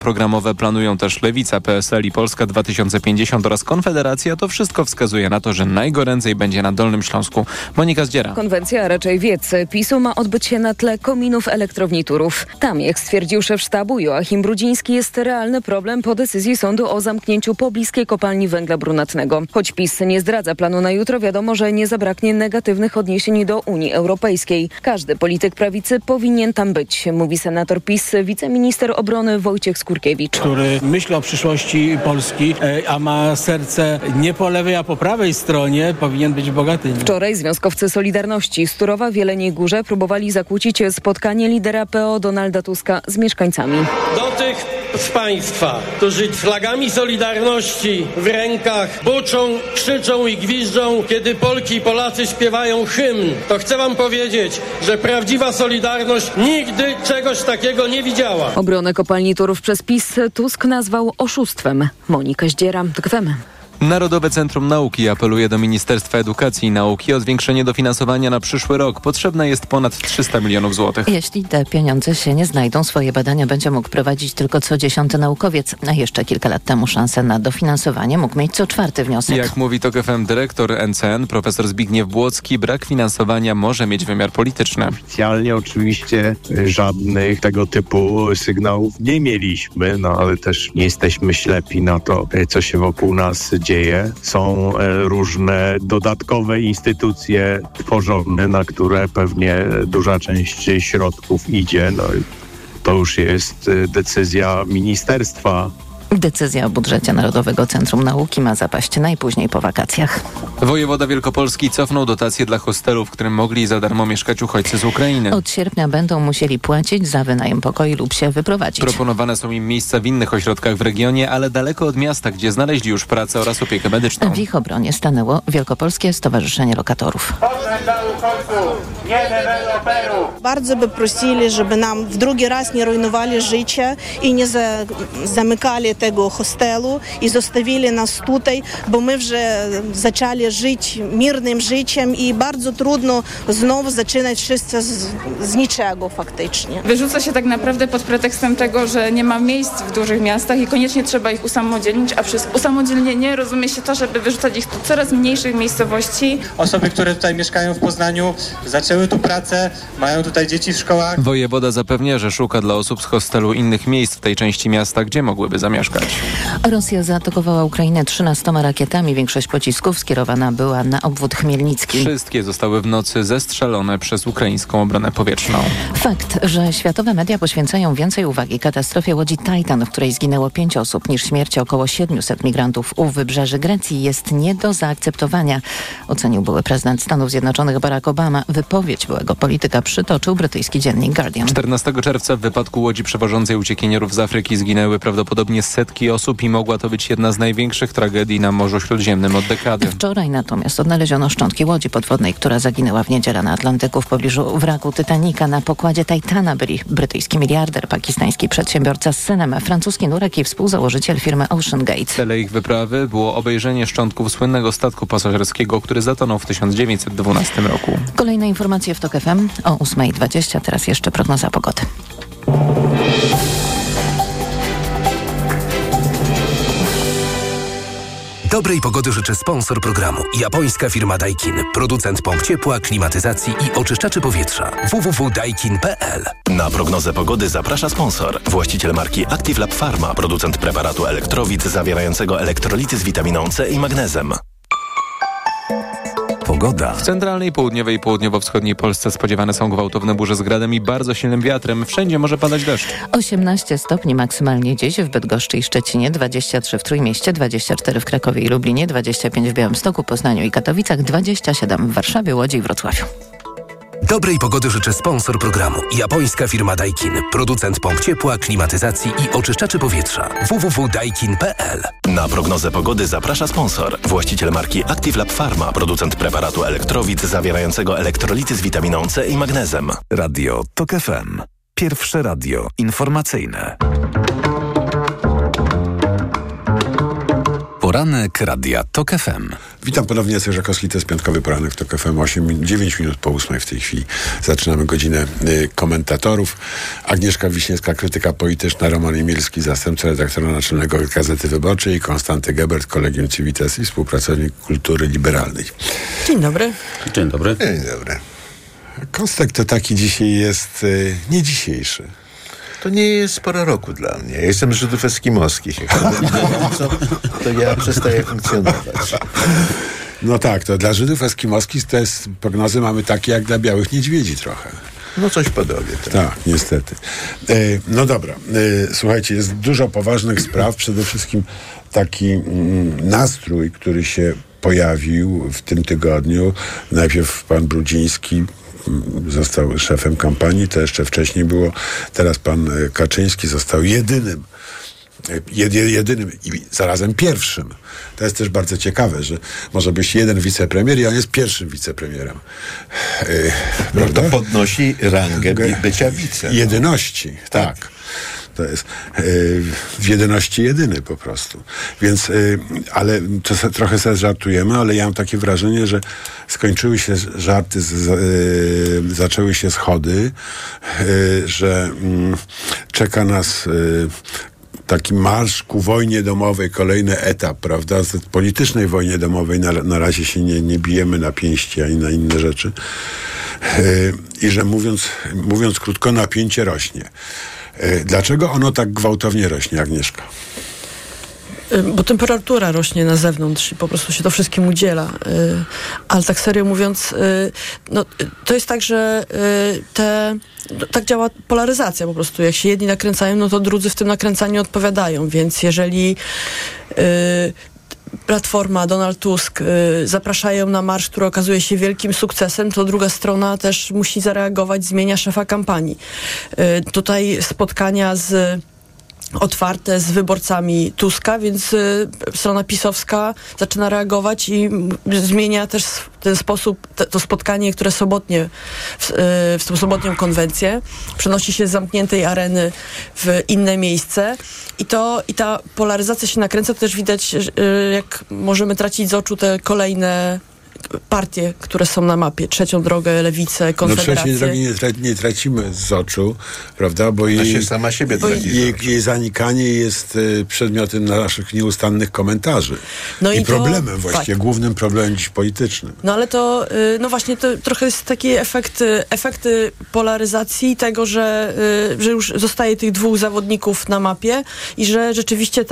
programowe planują też Lewica, PSL i Polska 2050 oraz Konfederacja, to wszystko wskazuje na to, że najgoręcej będzie na Dolnym Śląsku. Monika Zdziera. Konwencja, a raczej wiec PiS-u ma odbyć się na tle kominów elektrowni Turów. Tam, jak stwierdził szef sztabu Joachim Brudziński, jest realny problem po decyzji sądu o zamknięciu pobliskiej kopalni węgla brunatnego. Choć PiS nie zdradza planu na jutro, wiadomo, że nie zabraknie negatywnych odniesień do Unii Europejskiej. Każdy polityk prawicy powinien tam być, mówi senator PiS, wiceminister obrony Wojciech Skurkiewicz. Który myśli o przyszłości Polski, a ma serce nie po lewej, a po prawej stronie, powinien być bogaty. Wczoraj związkowcy Solidarności z Turowa w Jeleniej Górze próbowali zakłócić spotkanie lidera PO Donalda Tuska z mieszkańcami. Do tych z Państwa, którzy flagami Solidarności w rękach buczą, krzyczą i gwiżdżą, kiedy Polki i Polacy śpiewają hymn, to chcę wam powiedzieć, że prawdziwa Solidarność nigdy czegoś takiego nie widziała. Obronę kopalni Turów przez PiS Tusk nazwał oszustwem. Monika Zdziera, TOK FM. Narodowe Centrum Nauki apeluje do Ministerstwa Edukacji i Nauki o zwiększenie dofinansowania na przyszły rok. Potrzebne jest ponad 300 milionów złotych. Jeśli te pieniądze się nie znajdą, swoje badania będzie mógł prowadzić tylko co 10. naukowiec. A jeszcze kilka lat temu szansę na dofinansowanie mógł mieć co 4. wniosek. Jak mówi TOK FM dyrektor NCN, profesor Zbigniew Błocki, brak finansowania może mieć wymiar polityczny. Oficjalnie oczywiście żadnych tego typu sygnałów nie mieliśmy, ale też nie jesteśmy ślepi na to, co się wokół nas dzieje. Są różne dodatkowe instytucje tworzone, na które pewnie duża część środków idzie. To już jest decyzja ministerstwa. Decyzja o budżecie Narodowego Centrum Nauki ma zapaść najpóźniej po wakacjach. Wojewoda Wielkopolski cofnął dotacje dla hostelów, w którym mogli za darmo mieszkać uchodźcy z Ukrainy. Od sierpnia będą musieli płacić za wynajem pokoi lub się wyprowadzić. Proponowane są im miejsca w innych ośrodkach w regionie, ale daleko od miasta, gdzie znaleźli już pracę oraz opiekę medyczną. W ich obronie stanęło Wielkopolskie Stowarzyszenie Lokatorów. Bardzo by prosili, żeby nam w drugi raz nie rujnowali życie i nie zamykali tego hostelu i zostawili nas tutaj, bo my już zaczęli żyć mirnym życiem i bardzo trudno znowu zaczynać wszystko z niczego faktycznie. Wyrzuca się tak naprawdę pod pretekstem tego, że nie ma miejsc w dużych miastach i koniecznie trzeba ich usamodzielnić, a przez usamodzielnienie rozumie się to, żeby wyrzucać ich do coraz mniejszych miejscowości. Osoby, które tutaj mieszkają w Poznaniu, zaczęły tu pracę, mają tutaj dzieci w szkołach. Wojewoda zapewnia, że szuka dla osób z hostelu innych miejsc w tej części miasta, gdzie mogłyby zamieszkać. Rosja zaatakowała Ukrainę 13 rakietami. Większość pocisków skierowana była na obwód Chmielnicki. Wszystkie zostały w nocy zestrzelone przez ukraińską obronę powietrzną. Fakt, że światowe media poświęcają więcej uwagi katastrofie łodzi Titan, w której zginęło 5 osób, niż śmierci około 700 migrantów u wybrzeży Grecji, jest nie do zaakceptowania, ocenił były prezydent Stanów Zjednoczonych Barack Obama. Wypowiedź byłego polityka przytoczył brytyjski dziennik Guardian. 14 czerwca w wypadku łodzi przewożącej uciekinierów z Afryki zginęły prawdopodobnie setki osób i mogła to być jedna z największych tragedii na Morzu Śródziemnym od dekady. Wczoraj natomiast odnaleziono szczątki łodzi podwodnej, która zaginęła w niedzielę na Atlantyku w pobliżu wraku Titanica. Na pokładzie Titana byli brytyjski miliarder, pakistański przedsiębiorca z synem, francuski nurek i współzałożyciel firmy Ocean Gate. Celem ich wyprawy było obejrzenie szczątków słynnego statku pasażerskiego, który zatonął w 1912 roku. Kolejne informacje w TOK FM o 8:20. Teraz jeszcze prognoza pogody. Dobrej pogody życzy sponsor programu. Japońska firma Daikin. Producent pomp ciepła, klimatyzacji i oczyszczaczy powietrza. www.daikin.pl. Na prognozę pogody zaprasza sponsor. Właściciel marki Active Lab Pharma. Producent preparatu Elektrowid zawierającego elektrolity z witaminą C i magnezem. Pogoda. W centralnej, południowej i południowo-wschodniej Polsce spodziewane są gwałtowne burze z gradem i bardzo silnym wiatrem. Wszędzie może padać deszcz. 18 stopni maksymalnie dziś w Bydgoszczy i Szczecinie, 23 w Trójmieście, 24 w Krakowie i Lublinie, 25 w Białymstoku, Poznaniu i Katowicach, 27 w Warszawie, Łodzi i Wrocławiu. Dobrej pogody życzy sponsor programu. Japońska firma Daikin. Producent pomp ciepła, klimatyzacji i oczyszczaczy powietrza. www.daikin.pl. Na prognozę pogody zaprasza sponsor. Właściciel marki Active Lab Pharma. Producent preparatu Elektrowid zawierającego elektrolity z witaminą C i magnezem. Radio TOK FM. Pierwsze radio informacyjne. Poranek Radia TOK FM. Witam ponownie, Jacek Żakowski, to jest piątkowy poranek w TOK FM, 9 minut po 8 w tej chwili. Zaczynamy godzinę komentatorów. Agnieszka Wiśniewska, krytyka polityczna, Roman Imielski, zastępca redaktora naczelnego Gazety Wyborczej, Konstanty Gebert, Collegium Civitas i współpracownik kultury liberalnej. Dzień dobry. Dzień dobry. Dzień dobry. Kostek to taki dzisiaj jest nie dzisiejszy. To nie jest pora roku dla mnie. Ja jestem z Żydów eskimoskich. To ja przestaję funkcjonować. No tak, to dla Żydów eskimoskich to jest, prognozy mamy takie jak dla białych niedźwiedzi trochę. No coś podobnie. Tak, niestety. No dobra, słuchajcie, jest dużo poważnych spraw. Przede wszystkim taki nastrój, który się pojawił w tym tygodniu. Najpierw pan Brudziński został szefem kampanii, to jeszcze wcześniej było. Teraz pan Kaczyński został jedynym i zarazem pierwszym. To jest też bardzo ciekawe, że może być jeden wicepremier i on jest pierwszym wicepremierem. No to podnosi rangę bycia wice. Jedyności, tak. To jest w jedyności jedyny po prostu. Więc, ale to trochę sobie żartujemy, ale ja mam takie wrażenie, że skończyły się żarty, zaczęły się schody, że czeka nas taki marsz ku wojnie domowej, kolejny etap, prawda? Politycznej wojnie domowej na razie się nie bijemy na pięści ani na inne rzeczy. I że mówiąc krótko, napięcie rośnie. Dlaczego ono tak gwałtownie rośnie, Agnieszka? Bo temperatura rośnie na zewnątrz i po prostu się to wszystkim udziela. Ale tak serio mówiąc, no, to jest tak, że tak działa polaryzacja po prostu. Jak się jedni nakręcają, no to drudzy w tym nakręcaniu odpowiadają. Więc jeżeli Platforma, Donald Tusk zapraszają na marsz, który okazuje się wielkim sukcesem, to druga strona też musi zareagować, zmienia szefa kampanii. Tutaj spotkania otwarte z wyborcami Tuska, więc strona pisowska zaczyna reagować i zmienia też w ten sposób to spotkanie, które sobotnie w tą sobotnią konwencję przenosi się z zamkniętej areny w inne miejsce i ta polaryzacja się nakręca. To też widać, jak możemy tracić z oczu te kolejne partie, które są na mapie. Trzecią drogę, Lewicę, Konfederację. No trzeciej drogi nie tracimy z oczu, prawda? Bo jej, sama siebie jej zanikanie jest przedmiotem naszych nieustannych komentarzy. No i problemem właściwie, tak. Głównym problemem dziś politycznym. No ale to, no właśnie, to trochę jest taki efekty polaryzacji tego, że już zostaje tych dwóch zawodników na mapie i że rzeczywiście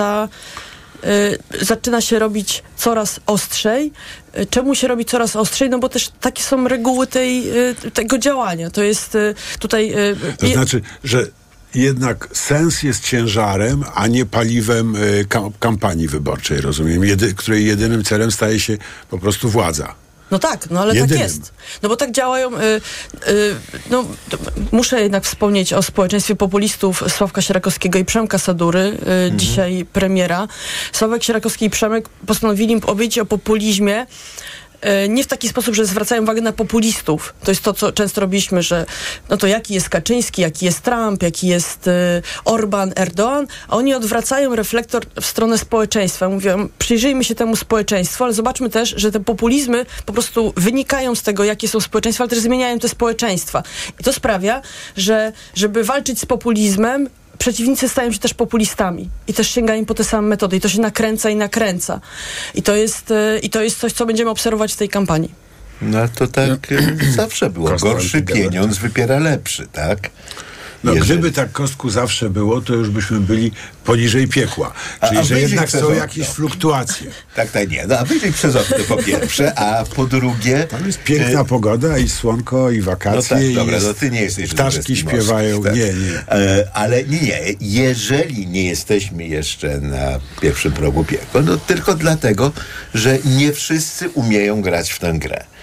zaczyna się robić coraz ostrzej. Czemu się robi coraz ostrzej? No bo też takie są reguły tego działania. To jest tutaj... To znaczy, że jednak sens jest ciężarem, a nie paliwem kampanii wyborczej, rozumiem, której jedynym celem staje się po prostu władza. No tak, no ale jedynym. Tak jest. No bo tak działają... no, muszę jednak wspomnieć o społeczeństwie populistów Sławka Sierakowskiego i Przemka Sadury, dzisiaj premiera. Sławek Sierakowski i Przemek postanowili powiedzieć o populizmie nie w taki sposób, że zwracają uwagę na populistów. To jest to, co często robiliśmy, że no to jaki jest Kaczyński, jaki jest Trump, jaki jest Orban, Erdoğan, a oni odwracają reflektor w stronę społeczeństwa. Mówią, przyjrzyjmy się temu społeczeństwu, ale zobaczmy też, że te populizmy po prostu wynikają z tego, jakie są społeczeństwa, ale też zmieniają te społeczeństwa. I to sprawia, że żeby walczyć z populizmem, przeciwnicy stają się też populistami i też sięgają po te same metody i to się nakręca i nakręca. I to jest coś, co będziemy obserwować w tej kampanii. No to tak zawsze było. Gorszy pieniądz wypiera lepszy, tak? No gdyby tak, Kostku, zawsze było, to już byśmy byli poniżej piekła. Czyli, że jednak są jakieś fluktuacje. Tak, nie. No a wyjrzyj przez okno po pierwsze, a po drugie... Tam jest piękna pogoda i słonko i wakacje. No tak, dobra, no ty nie jesteś... Ptaszki śpiewają. Tak. Nie. Ale nie. Jeżeli nie jesteśmy jeszcze na pierwszym progu piekła, no tylko dlatego, że nie wszyscy umieją grać w tę grę.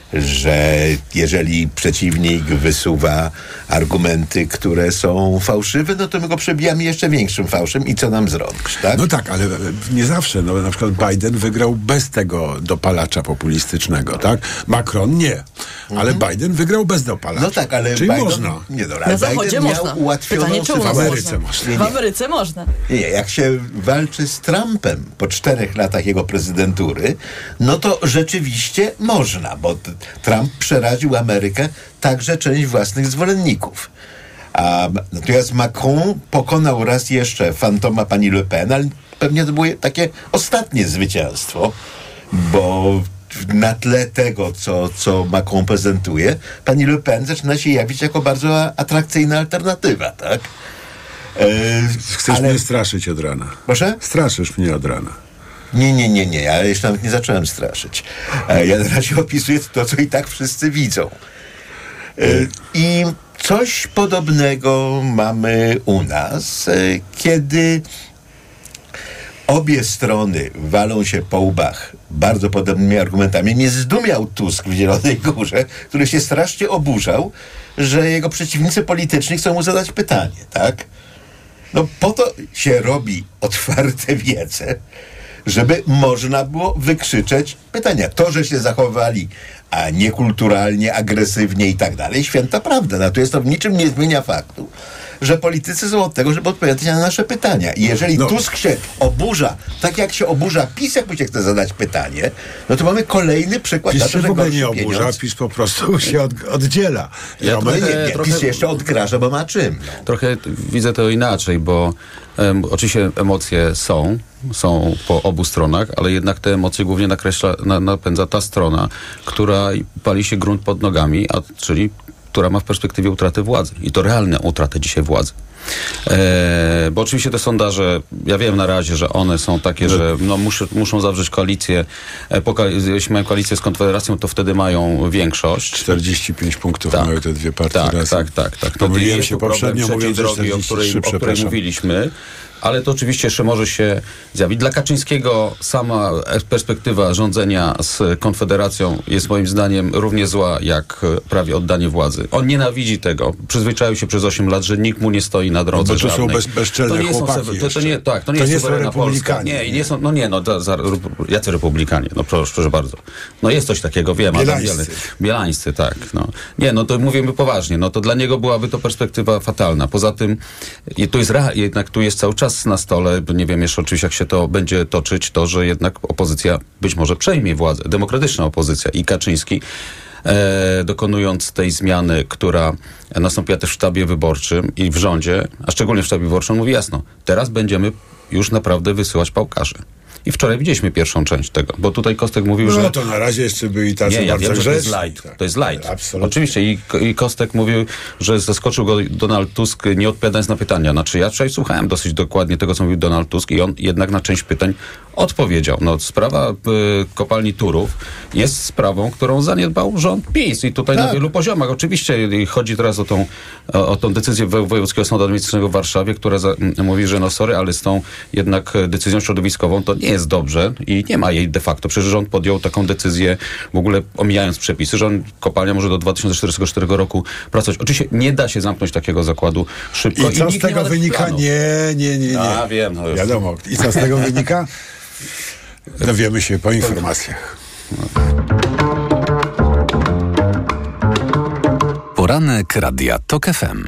że jeżeli przeciwnik wysuwa argumenty, które są fałszywe, no to my go przebijamy jeszcze większym fałszem i co nam zrobisz, tak? No tak, ale nie zawsze. No, na przykład Biden wygrał bez tego dopalacza populistycznego, tak? Macron nie. Ale Biden wygrał bez dopalacza. No tak, ale czyli Biden, można. Nie, no, Na Zachodzie Biden można. miał ułatwioną Pytanie, czy u nas w Ameryce można. W Ameryce można. Nie, jak się walczy z Trumpem po 4 latach jego prezydentury, no to rzeczywiście można, bo Trump przeraził Amerykę, także część własnych zwolenników. Natomiast Macron pokonał raz jeszcze fantoma pani Le Pen, ale pewnie to było takie ostatnie zwycięstwo, bo na tle tego, co Macron prezentuje, pani Le Pen zaczyna się jawić jako bardzo atrakcyjna alternatywa, tak? Chcesz mnie straszyć od rana. Proszę? Straszysz mnie od rana. Nie. Ja jeszcze nawet nie zacząłem straszyć. Ja na razie opisuję to, co i tak wszyscy widzą. I coś podobnego mamy u nas, kiedy obie strony walą się po łbach bardzo podobnymi argumentami. Nie zdumiał Tusk w Zielonej Górze, który się strasznie oburzał, że jego przeciwnicy polityczni chcą mu zadać pytanie, tak? No po to się robi otwarte wiece, żeby można było wykrzyczeć pytania. To, że się zachowali niekulturalnie, agresywnie i tak dalej, święta prawda. Natomiast to w niczym nie zmienia faktu, że politycy są od tego, żeby odpowiadać na nasze pytania. I jeżeli Tusk się oburza, tak jak się oburza PiS, jak mu się chce zadać pytanie, no to mamy kolejny przykład. PiS się w ogóle nie oburza, PiS po prostu się oddziela. PiS się jeszcze odgraża, bo ma czym. No. Trochę widzę to inaczej, bo oczywiście emocje są po obu stronach, ale jednak te emocje głównie napędza ta strona, która pali się grunt pod nogami, czyli która ma w perspektywie utratę władzy. I to realną utratę dzisiaj władzy. Bo oczywiście te sondaże, ja wiem na razie, że one są takie, że muszą zawrzeć koalicję. Jeśli mają koalicję z Konfederacją, to wtedy mają większość. 45 punktów mają te dwie partie razem. Tak. Pomyliłem się poprzednio, mówiąc, że 43, o której mówiliśmy. Ale to oczywiście jeszcze może się zjawić. Dla Kaczyńskiego sama perspektywa rządzenia z Konfederacją jest moim zdaniem równie zła, jak prawie oddanie władzy. On nienawidzi tego. Przyzwyczaił się przez 8 lat, że nikt mu nie stoi na drodze to żadnej. są bezczelne chłopaki to nie jest suwerenna Polska. Jacy republikanie? No proszę bardzo. No jest coś takiego, wiem. Bielańscy, tak. No. Nie, no to mówimy poważnie. No to dla niego byłaby to perspektywa fatalna. Poza tym, jednak tu jest cały czas na stole, nie wiem jeszcze oczywiście jak się to będzie toczyć, to, że jednak opozycja być może przejmie władzę, demokratyczna opozycja i Kaczyński dokonując tej zmiany, która nastąpiła też w sztabie wyborczym i w rządzie, a szczególnie w sztabie wyborczym, mówi jasno, teraz będziemy już naprawdę wysyłać pałkarzy. I wczoraj widzieliśmy pierwszą część tego, bo tutaj Kostek mówił, że... No to na razie jeszcze byli tacy bardzo grzeczni. To jest light. Tak. To jest light. Absolutnie. Oczywiście i Kostek mówił, że zaskoczył go Donald Tusk, nie odpowiadając na pytania. Znaczy ja wczoraj słuchałem dosyć dokładnie tego, co mówił Donald Tusk i on jednak na część pytań odpowiedział. No sprawa kopalni Turów jest sprawą, którą zaniedbał rząd PiS i tutaj na wielu poziomach. Oczywiście chodzi teraz o tą decyzję Wojewódzkiego Sądu Administracyjnego w Warszawie, która mówi, że no sorry, ale z tą jednak decyzją środowiskową to nie jest dobrze i nie ma jej de facto. Przecież rząd podjął taką decyzję, w ogóle omijając przepisy, że kopalnia może do 2044 roku pracować. Oczywiście nie da się zamknąć takiego zakładu szybko. I co z tego wynika? Nie. A, wiem. No wiadomo. I co z tego wynika? Dowiemy się po informacjach. Poranek Radia TOK FM.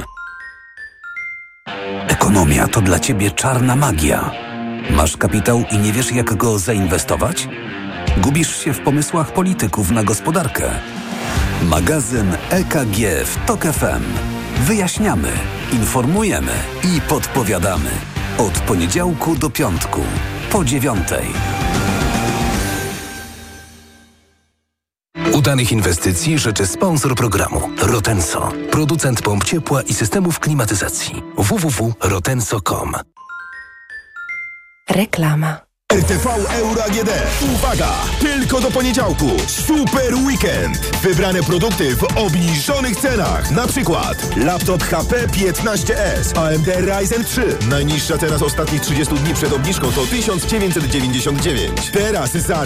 Ekonomia to dla Ciebie czarna magia. Masz kapitał i nie wiesz, jak go zainwestować? Gubisz się w pomysłach polityków na gospodarkę? Magazyn EKG w TOK FM. Wyjaśniamy, informujemy i podpowiadamy. Od poniedziałku do piątku, po 9:00. Udanych inwestycji życzy sponsor programu Rotenso. Producent pomp ciepła i systemów klimatyzacji. www.rotenso.com. Reklama. RTV Euro AGD. Uwaga! Tylko do poniedziałku. Super weekend. Wybrane produkty w obniżonych cenach. Na przykład laptop HP 15S, AMD Ryzen 3. Najniższa teraz ostatnich 30 dni przed obniżką to 1999. Teraz za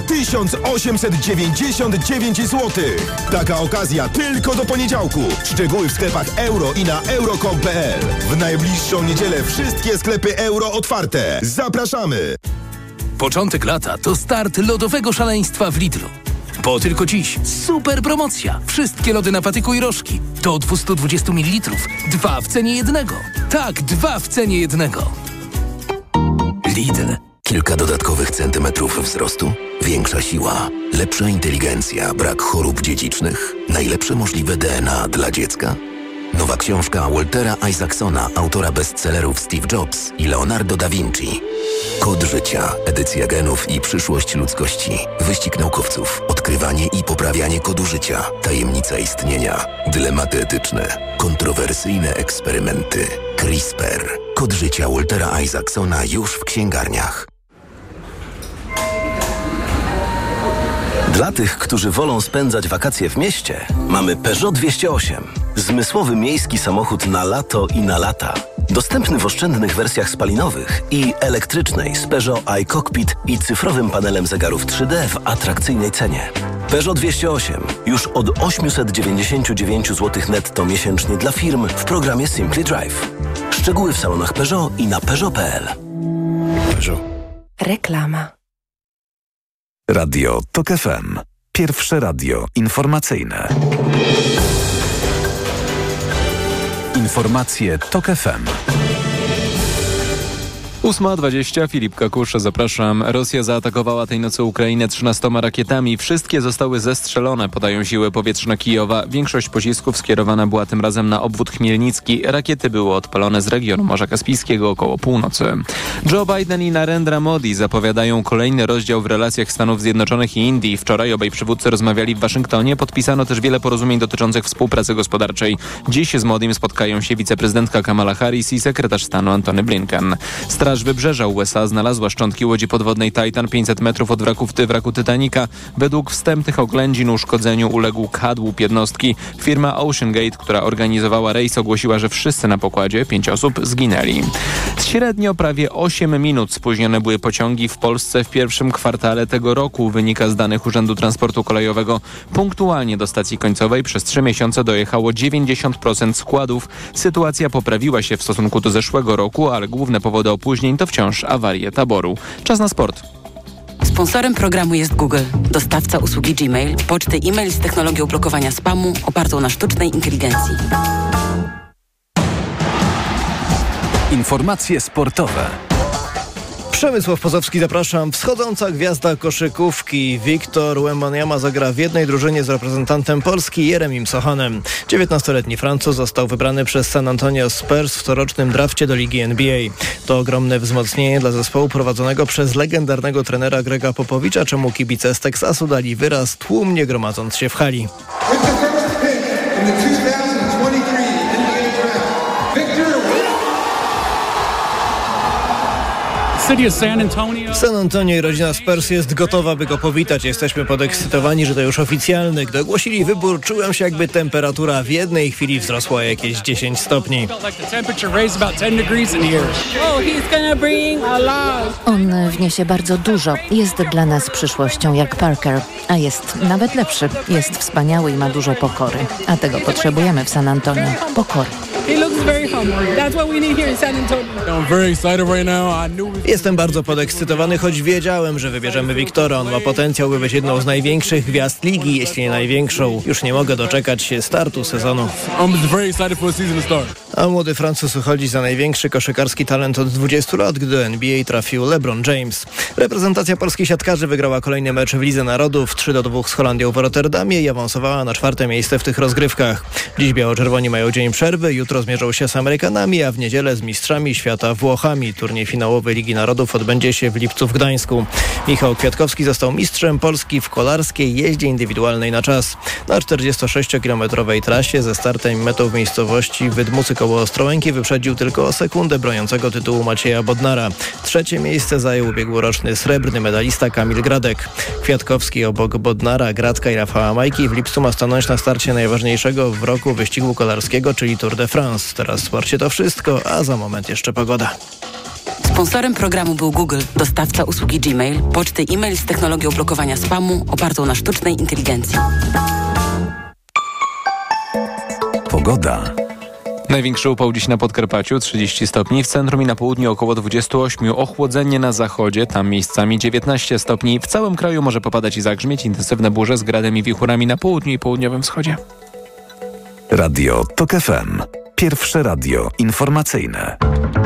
1899 zł. Taka okazja tylko do poniedziałku. Szczegóły w sklepach euro i na euro.com.pl. W najbliższą niedzielę wszystkie sklepy euro otwarte. Zapraszamy! Początek lata to start lodowego szaleństwa w Lidlu. Bo tylko dziś super promocja. Wszystkie lody na patyku i rożki do 220 ml. 2 w cenie jednego. Tak, 2 w cenie jednego. Lidl. Kilka dodatkowych centymetrów wzrostu, większa siła, lepsza inteligencja, brak chorób dziedzicznych, najlepsze możliwe DNA dla dziecka. Nowa książka Waltera Isaacsona, autora bestsellerów Steve Jobs i Leonardo da Vinci. Kod życia, edycja genów i przyszłość ludzkości. Wyścig naukowców, odkrywanie i poprawianie kodu życia, tajemnica istnienia, dylematy etyczne, kontrowersyjne eksperymenty. CRISPR. Kod życia Waltera Isaacsona już w księgarniach. Dla tych, którzy wolą spędzać wakacje w mieście, mamy Peugeot 208. Zmysłowy miejski samochód na lato i na lata. Dostępny w oszczędnych wersjach spalinowych i elektrycznej z Peugeot iCockpit i cyfrowym panelem zegarów 3D w atrakcyjnej cenie. Peugeot 208 już od 899 zł netto miesięcznie dla firm w programie Simply Drive. Szczegóły w salonach Peugeot i na Peugeot.pl. Peugeot. Reklama. Radio TOK FM. Pierwsze radio informacyjne. Informacje TOK FM. 8:20, Filip Kakusz, zapraszam. Rosja zaatakowała tej nocy Ukrainę 13 rakietami. Wszystkie zostały zestrzelone, podają siły powietrzne Kijowa. Większość pocisków skierowana była tym razem na obwód chmielnicki. Rakiety były odpalone z regionu Morza Kaspijskiego około północy. Joe Biden i Narendra Modi zapowiadają kolejny rozdział w relacjach Stanów Zjednoczonych i Indii. Wczoraj obaj przywódcy rozmawiali w Waszyngtonie. Podpisano też wiele porozumień dotyczących współpracy gospodarczej. Dziś z Modim spotkają się wiceprezydentka Kamala Harris i sekretarz stanu Antony Blinken. Straż Wybrzeża USA znalazła szczątki łodzi podwodnej Titan 500 metrów od wraku Titanica. Według wstępnych oględzin uszkodzeniu uległ kadłub jednostki. Firma OceanGate, która organizowała rejs, ogłosiła, że wszyscy na pokładzie, 5 osób, zginęli. Średnio prawie 8 minut spóźnione były pociągi w Polsce w pierwszym kwartale tego roku, wynika z danych Urzędu Transportu Kolejowego. Punktualnie do stacji końcowej przez 3 miesiące dojechało 90% składów. Sytuacja poprawiła się w stosunku do zeszłego roku, ale główne powody opóźnień to wciąż awarie taboru. Czas na sport. Sponsorem programu jest Google, dostawca usługi Gmail, poczty e-mail z technologią blokowania spamu opartą na sztucznej inteligencji. Informacje sportowe. Przemysław Pozowski, zapraszam. Wschodząca gwiazda koszykówki Wiktor Wembanyama zagra w jednej drużynie z reprezentantem Polski Jeremim Sochanem. 19-letni Francuz został wybrany przez San Antonio Spurs w corocznym drafcie do ligi NBA. To ogromne wzmocnienie dla zespołu prowadzonego przez legendarnego trenera Grega Popowicza, czemu kibice z Teksasu dali wyraz tłumnie gromadząc się w hali. San Antonio i rodzina Spurs jest gotowa, by go powitać. Jesteśmy podekscytowani, że to już oficjalny. Gdy ogłosili wybór, czułem się, jakby temperatura w jednej chwili wzrosła jakieś 10 stopni. On wniesie bardzo dużo. Jest dla nas przyszłością jak Parker, a jest nawet lepszy. Jest wspaniały i ma dużo pokory. A tego potrzebujemy w San Antonio. Pokory. Jestem bardzo podekscytowany, choć wiedziałem, że wybierzemy Wiktora. On ma potencjał, by być jedną z największych gwiazd ligi, jeśli nie największą. Już nie mogę doczekać się startu sezonu. A młody Francuz uchodzi za największy koszykarski talent od 20 lat, gdy do NBA trafił LeBron James. Reprezentacja polskich siatkarzy wygrała kolejny mecz w Lidze Narodów 3-2 z Holandią w Rotterdamie i awansowała na 4. miejsce w tych rozgrywkach. Dziś biało-czerwoni mają dzień przerwy, jutro zmierzą się z Amerykanami, a w niedzielę z mistrzami świata Włochami. Turniej finałowy Ligi Narodów Narodów odbędzie się w lipcu w Gdańsku. Michał Kwiatkowski został mistrzem Polski w kolarskiej jeździe indywidualnej na czas. Na 46-kilometrowej trasie ze startem i metą w miejscowości Wydmucy koło Ostrołęki wyprzedził tylko o sekundę broniącego tytułu Macieja Bodnara. Trzecie miejsce zajął ubiegłoroczny srebrny medalista Kamil Gradek. Kwiatkowski obok Bodnara, Gradka i Rafała Majki w lipcu ma stanąć na starcie najważniejszego w roku wyścigu kolarskiego, czyli Tour de France. Teraz w sporcie to wszystko, a za moment jeszcze pogoda. Sponsorem programu był Google, dostawca usługi Gmail, poczty e-mail z technologią blokowania spamu opartą na sztucznej inteligencji. Pogoda. Największy upał dziś na Podkarpaciu, 30 stopni, w centrum i na południu około 28, ochłodzenie na zachodzie, tam miejscami 19 stopni. W całym kraju może popadać i zagrzmieć, intensywne burze z gradem i wichurami na południu i południowym wschodzie. Radio TOK FM. Pierwsze radio informacyjne.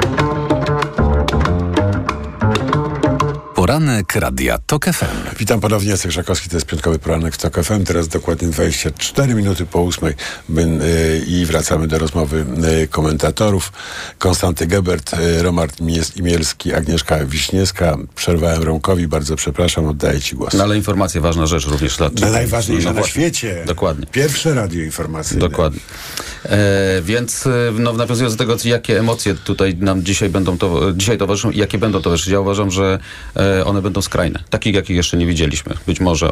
Poranek Radia TOK FM. Witam ponownie, Jacek Żakowski, to jest piątkowy poranek w TOK FM. Teraz dokładnie 24 minuty po 8 i wracamy do rozmowy komentatorów. Konstanty Gebert, Roman Imielski, Agnieszka Wiśniewska. Przerwałem Romkowi, bardzo przepraszam, oddaję Ci głos. No ale informacja, ważna rzecz również dla... Najważniejsza na świecie. Dokładnie. Pierwsze radio informacyjne. Dokładnie. Więc nawiązując do tego, jakie emocje tutaj nam dzisiaj towarzyszą i jakie będą towarzyszyć, ja uważam, że one będą skrajne. Takich, jakich jeszcze nie widzieliśmy. Być może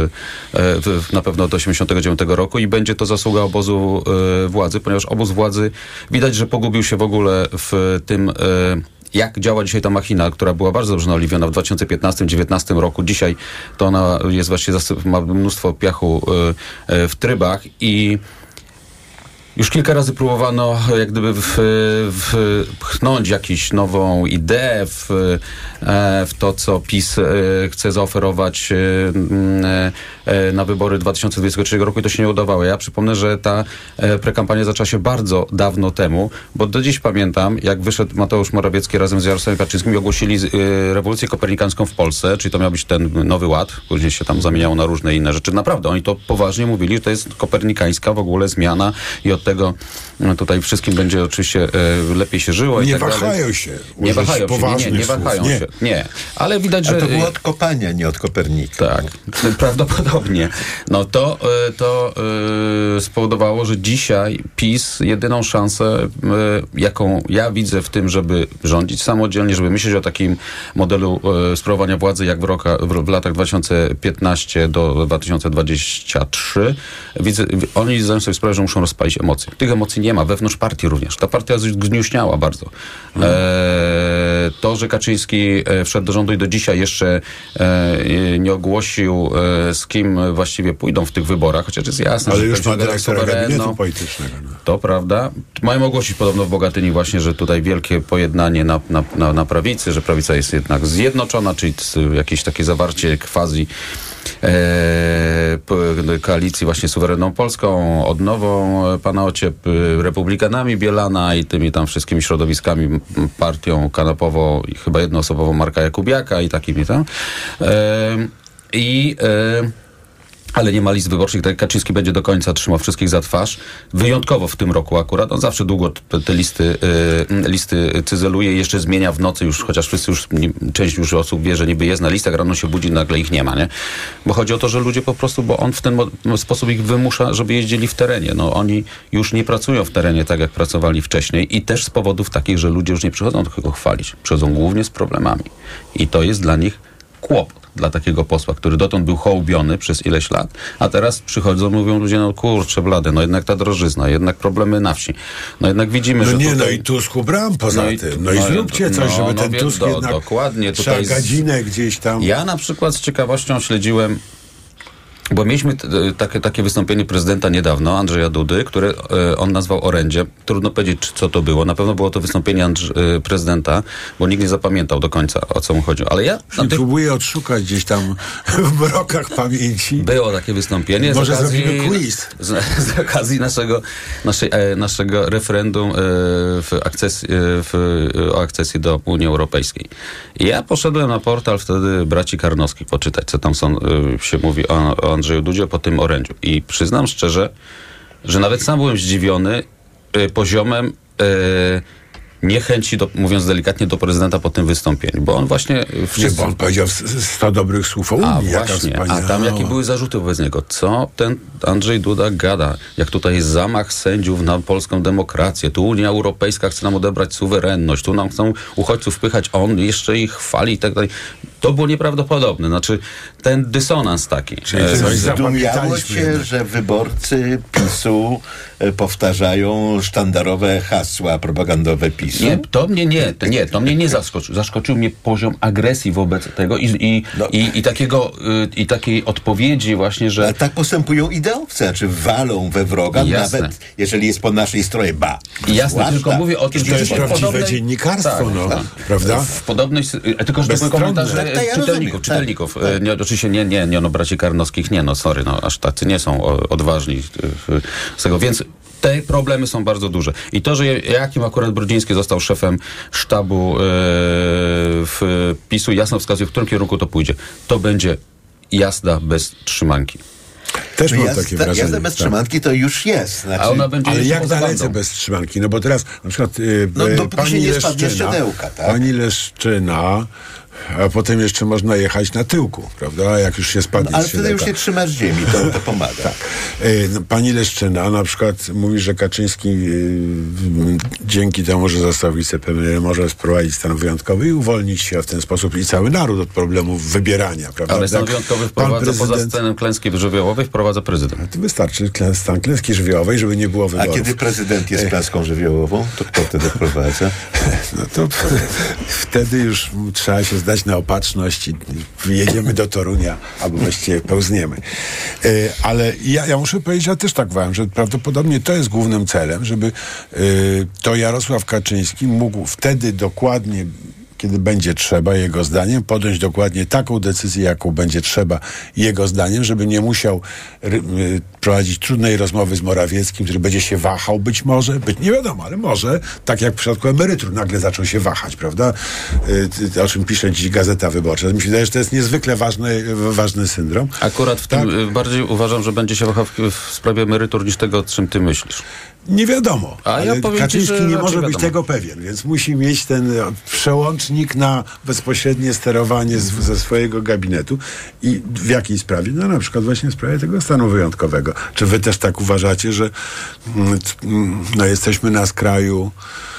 na pewno od 89 roku i będzie to zasługa obozu władzy, ponieważ obóz władzy widać, że pogubił się w ogóle w tym, jak działa dzisiaj ta machina, która była bardzo dobrze naoliwiona w 2015-2019 roku. Dzisiaj to ona jest właściwie ma mnóstwo piachu w trybach i już kilka razy próbowano jak gdyby wpchnąć jakąś nową ideę w to, co PiS chce zaoferować na wybory 2023 roku i to się nie udawało. Ja przypomnę, że ta prekampania zaczęła się bardzo dawno temu, bo do dziś pamiętam, jak wyszedł Mateusz Morawiecki razem z Jarosławem Kaczyńskim i ogłosili rewolucję kopernikańską w Polsce, czyli to miał być ten nowy ład, później się tam zamieniało na różne inne rzeczy. Naprawdę, oni to poważnie mówili, że to jest kopernikańska w ogóle zmiana i od tego tutaj wszystkim będzie oczywiście lepiej się żyło. Nie i tak wahają dalej. się. Nie wahają się. Nie wahają się. Nie. Ale widać, że... A to było od kopania, nie od Kopernika. Tak. Prawdopodobnie. No to spowodowało, że dzisiaj PiS jedyną szansę, jaką ja widzę w tym, żeby rządzić samodzielnie, żeby myśleć o takim modelu sprawowania władzy jak w latach 2015 do 2023, widzę, oni zdają sobie sprawę, że muszą rozpalić emocje. Tych emocji nie ma, wewnątrz partii również. Ta partia zgniuśniała bardzo. To, że Kaczyński wszedł do rządu i do dzisiaj jeszcze nie ogłosił, z kim właściwie pójdą w tych wyborach, chociaż jest jasne, ale że już ma dyrektora gabinetu politycznego. No. To prawda. Mają ogłosić podobno w Bogatyni właśnie, że tutaj wielkie pojednanie na prawicy, że prawica jest jednak zjednoczona, czyli jakieś takie zawarcie quasi koalicji właśnie Suwerenną Polską, Odnową pana Ociep, Republikanami Bielana i tymi tam wszystkimi środowiskami, partią kanapową i chyba jednoosobową Marka Jakubiaka i takimi tam. Ale nie ma list wyborczych, tak Kaczyński będzie do końca trzymał wszystkich za twarz. Wyjątkowo w tym roku akurat. On zawsze długo te listy cyzeluje i jeszcze zmienia w nocy już, chociaż część już osób wie, że niby jest na listach, rano się budzi, nagle ich nie ma, nie? Bo chodzi o to, że ludzie po prostu, bo on w ten sposób ich wymusza, żeby jeździli w terenie. No oni już nie pracują w terenie tak, jak pracowali wcześniej i też z powodów takich, że ludzie już nie przychodzą do kogo chwalić. Przychodzą głównie z problemami. I to jest dla nich kłopot. Dla takiego posła, który dotąd był hołubiony przez ileś lat, a teraz przychodzą, mówią ludzie, no kurczę blade, no jednak ta drożyzna, jednak problemy na wsi. No jednak widzimy, że tutaj... No i Tusku bram poza tym. No i zróbcie coś, żeby ten Tusk jednak dokładnie, tutaj gadzinę gdzieś tam... Ja na przykład z ciekawością śledziłem, bo mieliśmy takie wystąpienie prezydenta niedawno, Andrzeja Dudy, które on nazwał orędziem. Trudno powiedzieć, co to było. Na pewno było to wystąpienie prezydenta, bo nikt nie zapamiętał do końca, o co mu chodziło. Ale ja... Próbuję odszukać gdzieś tam w mrokach pamięci. Było takie wystąpienie. Może zrobimy quiz. Z okazji naszego referendum o akcesji do Unii Europejskiej. I ja poszedłem na portal wtedy braci Karnowskich poczytać, co tam się mówi o Andrzeju Dudzie po tym orędziu. I przyznam szczerze, że nawet sam byłem zdziwiony poziomem niechęci, mówiąc delikatnie, do prezydenta po tym wystąpieniu, bo on właśnie... Bo on powiedział 100 dobrych słów o Unii. A tam jakie były zarzuty wobec niego? Co ten Andrzej Duda gada? Jak tutaj jest zamach sędziów na polską demokrację, tu Unia Europejska chce nam odebrać suwerenność, tu nam chcą uchodźców wpychać, on jeszcze ich chwali i tak dalej. To było nieprawdopodobne. Znaczy, ten dysonans taki. Zdumiało cię, że wyborcy PiS-u powtarzają sztandarowe hasła propagandowe PiS-u? To mnie nie zaskoczył. Zaskoczył mnie poziom agresji wobec tego i takiej odpowiedzi właśnie, że... Ale tak postępują ideowcy, czy walą we wroga, nawet jeżeli jest po naszej stronie. Jasne, tylko mówię o tym, że to jest prawdziwe dziennikarstwo, prawda? W podobnej... Tylko, że to były komentarze czytelników. Nie, oczywiście nie, braci Karnowskich nie, sorry, aż tacy nie są odważni z tego, więc te problemy są bardzo duże. I to, że Joachim akurat Brudziński został szefem sztabu w PiS-u, jasno wskazuje, w którym kierunku to pójdzie. To będzie jazda bez trzymanki. Też mam takie wrażenie. Jazda bez trzymanki to już jest. A ona będzie ale jak dalece bez trzymanki? No bo teraz na przykład pani Leszczyna, a potem jeszcze można jechać na tyłku, prawda? Jak już się spadnie. Ale wtedy już się trzymasz ziemi, to pomaga. Tak. Pani Leszczyna na przykład mówi, że Kaczyński dzięki temu, że został wicepremierem, może wprowadzić stan wyjątkowy i uwolnić się w ten sposób i cały naród od problemów wybierania, prawda? Ale stan wyjątkowy wprowadza poza scenem klęski żywiołowej, wprowadza prezydent. To wystarczy stan klęski żywiołowej, żeby nie było wyborów. A kiedy prezydent jest klęską żywiołową, to kto wtedy wprowadza? No to wtedy już trzeba się zdać na opatrzność i jedziemy do Torunia, albo właściwie pełzniemy. Ale ja muszę powiedzieć, ja też tak uważam, że prawdopodobnie to jest głównym celem, żeby to Jarosław Kaczyński mógł wtedy dokładnie, kiedy będzie trzeba, jego zdaniem, podjąć dokładnie taką decyzję, jaką będzie trzeba, jego zdaniem, żeby nie musiał prowadzić trudnej rozmowy z Morawieckim, który będzie się wahał, być może, nie wiadomo, ale może, tak jak w przypadku emerytur, nagle zaczął się wahać, prawda? O czym pisze dziś Gazeta Wyborcza. Mi się wydaje, że to jest niezwykle ważny syndrom. Akurat w tym bardziej uważam, że będzie się wahał w sprawie emerytur niż tego, o czym ty myślisz. Nie wiadomo, ale Kaczyński nie może być wiadomo. tego pewien, więc musi mieć ten przełącznik na bezpośrednie sterowanie ze swojego gabinetu. I w jakiej sprawie? No na przykład właśnie w sprawie tego stanu wyjątkowego. Czy wy też tak uważacie, że jesteśmy na skraju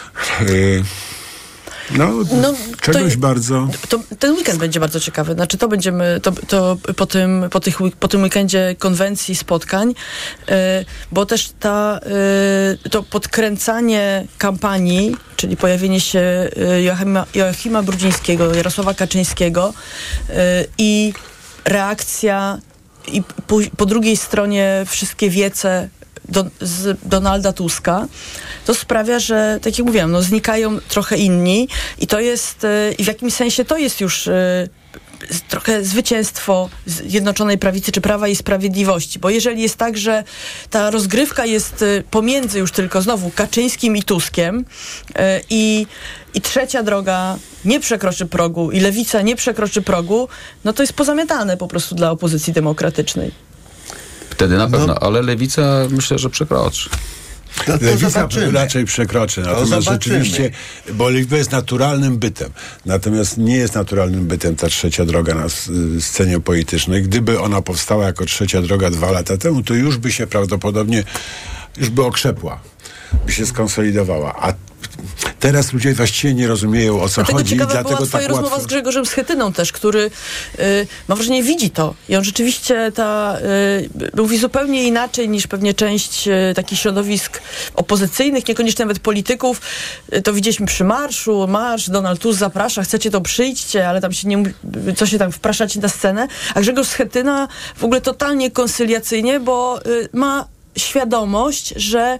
czegoś bardzo... Ten weekend będzie bardzo ciekawy. Znaczy to będziemy po tym weekendzie konwencji, spotkań, bo też to podkręcanie kampanii, czyli pojawienie się Joachima Brudzińskiego, Jarosława Kaczyńskiego i reakcja i po drugiej stronie wszystkie wiece z Donalda Tuska, to sprawia, że, tak jak mówiłam, znikają trochę inni i to jest, i w jakimś sensie to jest już trochę zwycięstwo Zjednoczonej Prawicy czy Prawa i Sprawiedliwości, bo jeżeli jest tak, że ta rozgrywka jest pomiędzy już tylko znowu Kaczyńskim i Tuskiem i trzecia droga nie przekroczy progu i lewica nie przekroczy progu, no to jest pozamiatane po prostu dla opozycji demokratycznej. Wtedy na pewno, ale lewica myślę, że przekroczy. Lewica raczej przekroczy. Natomiast rzeczywiście, bo lewica jest naturalnym bytem. Natomiast nie jest naturalnym bytem ta trzecia droga na scenie politycznej. Gdyby ona powstała jako trzecia droga 2 lata temu, to już by się prawdopodobnie okrzepła. By się skonsolidowała. A teraz ludzie właściwie nie rozumieją, o co chodzi i dlatego była twoja rozmowa z Grzegorzem Schetyną też, który mam wrażenie widzi to i on rzeczywiście mówi zupełnie inaczej niż pewnie część takich środowisk opozycyjnych, niekoniecznie nawet polityków. To widzieliśmy przy marszu, Donald Tusk zaprasza, chcecie to przyjdźcie, ale tam się co się tam wpraszacie na scenę, a Grzegorz Schetyna w ogóle totalnie koncyliacyjnie, bo ma świadomość, że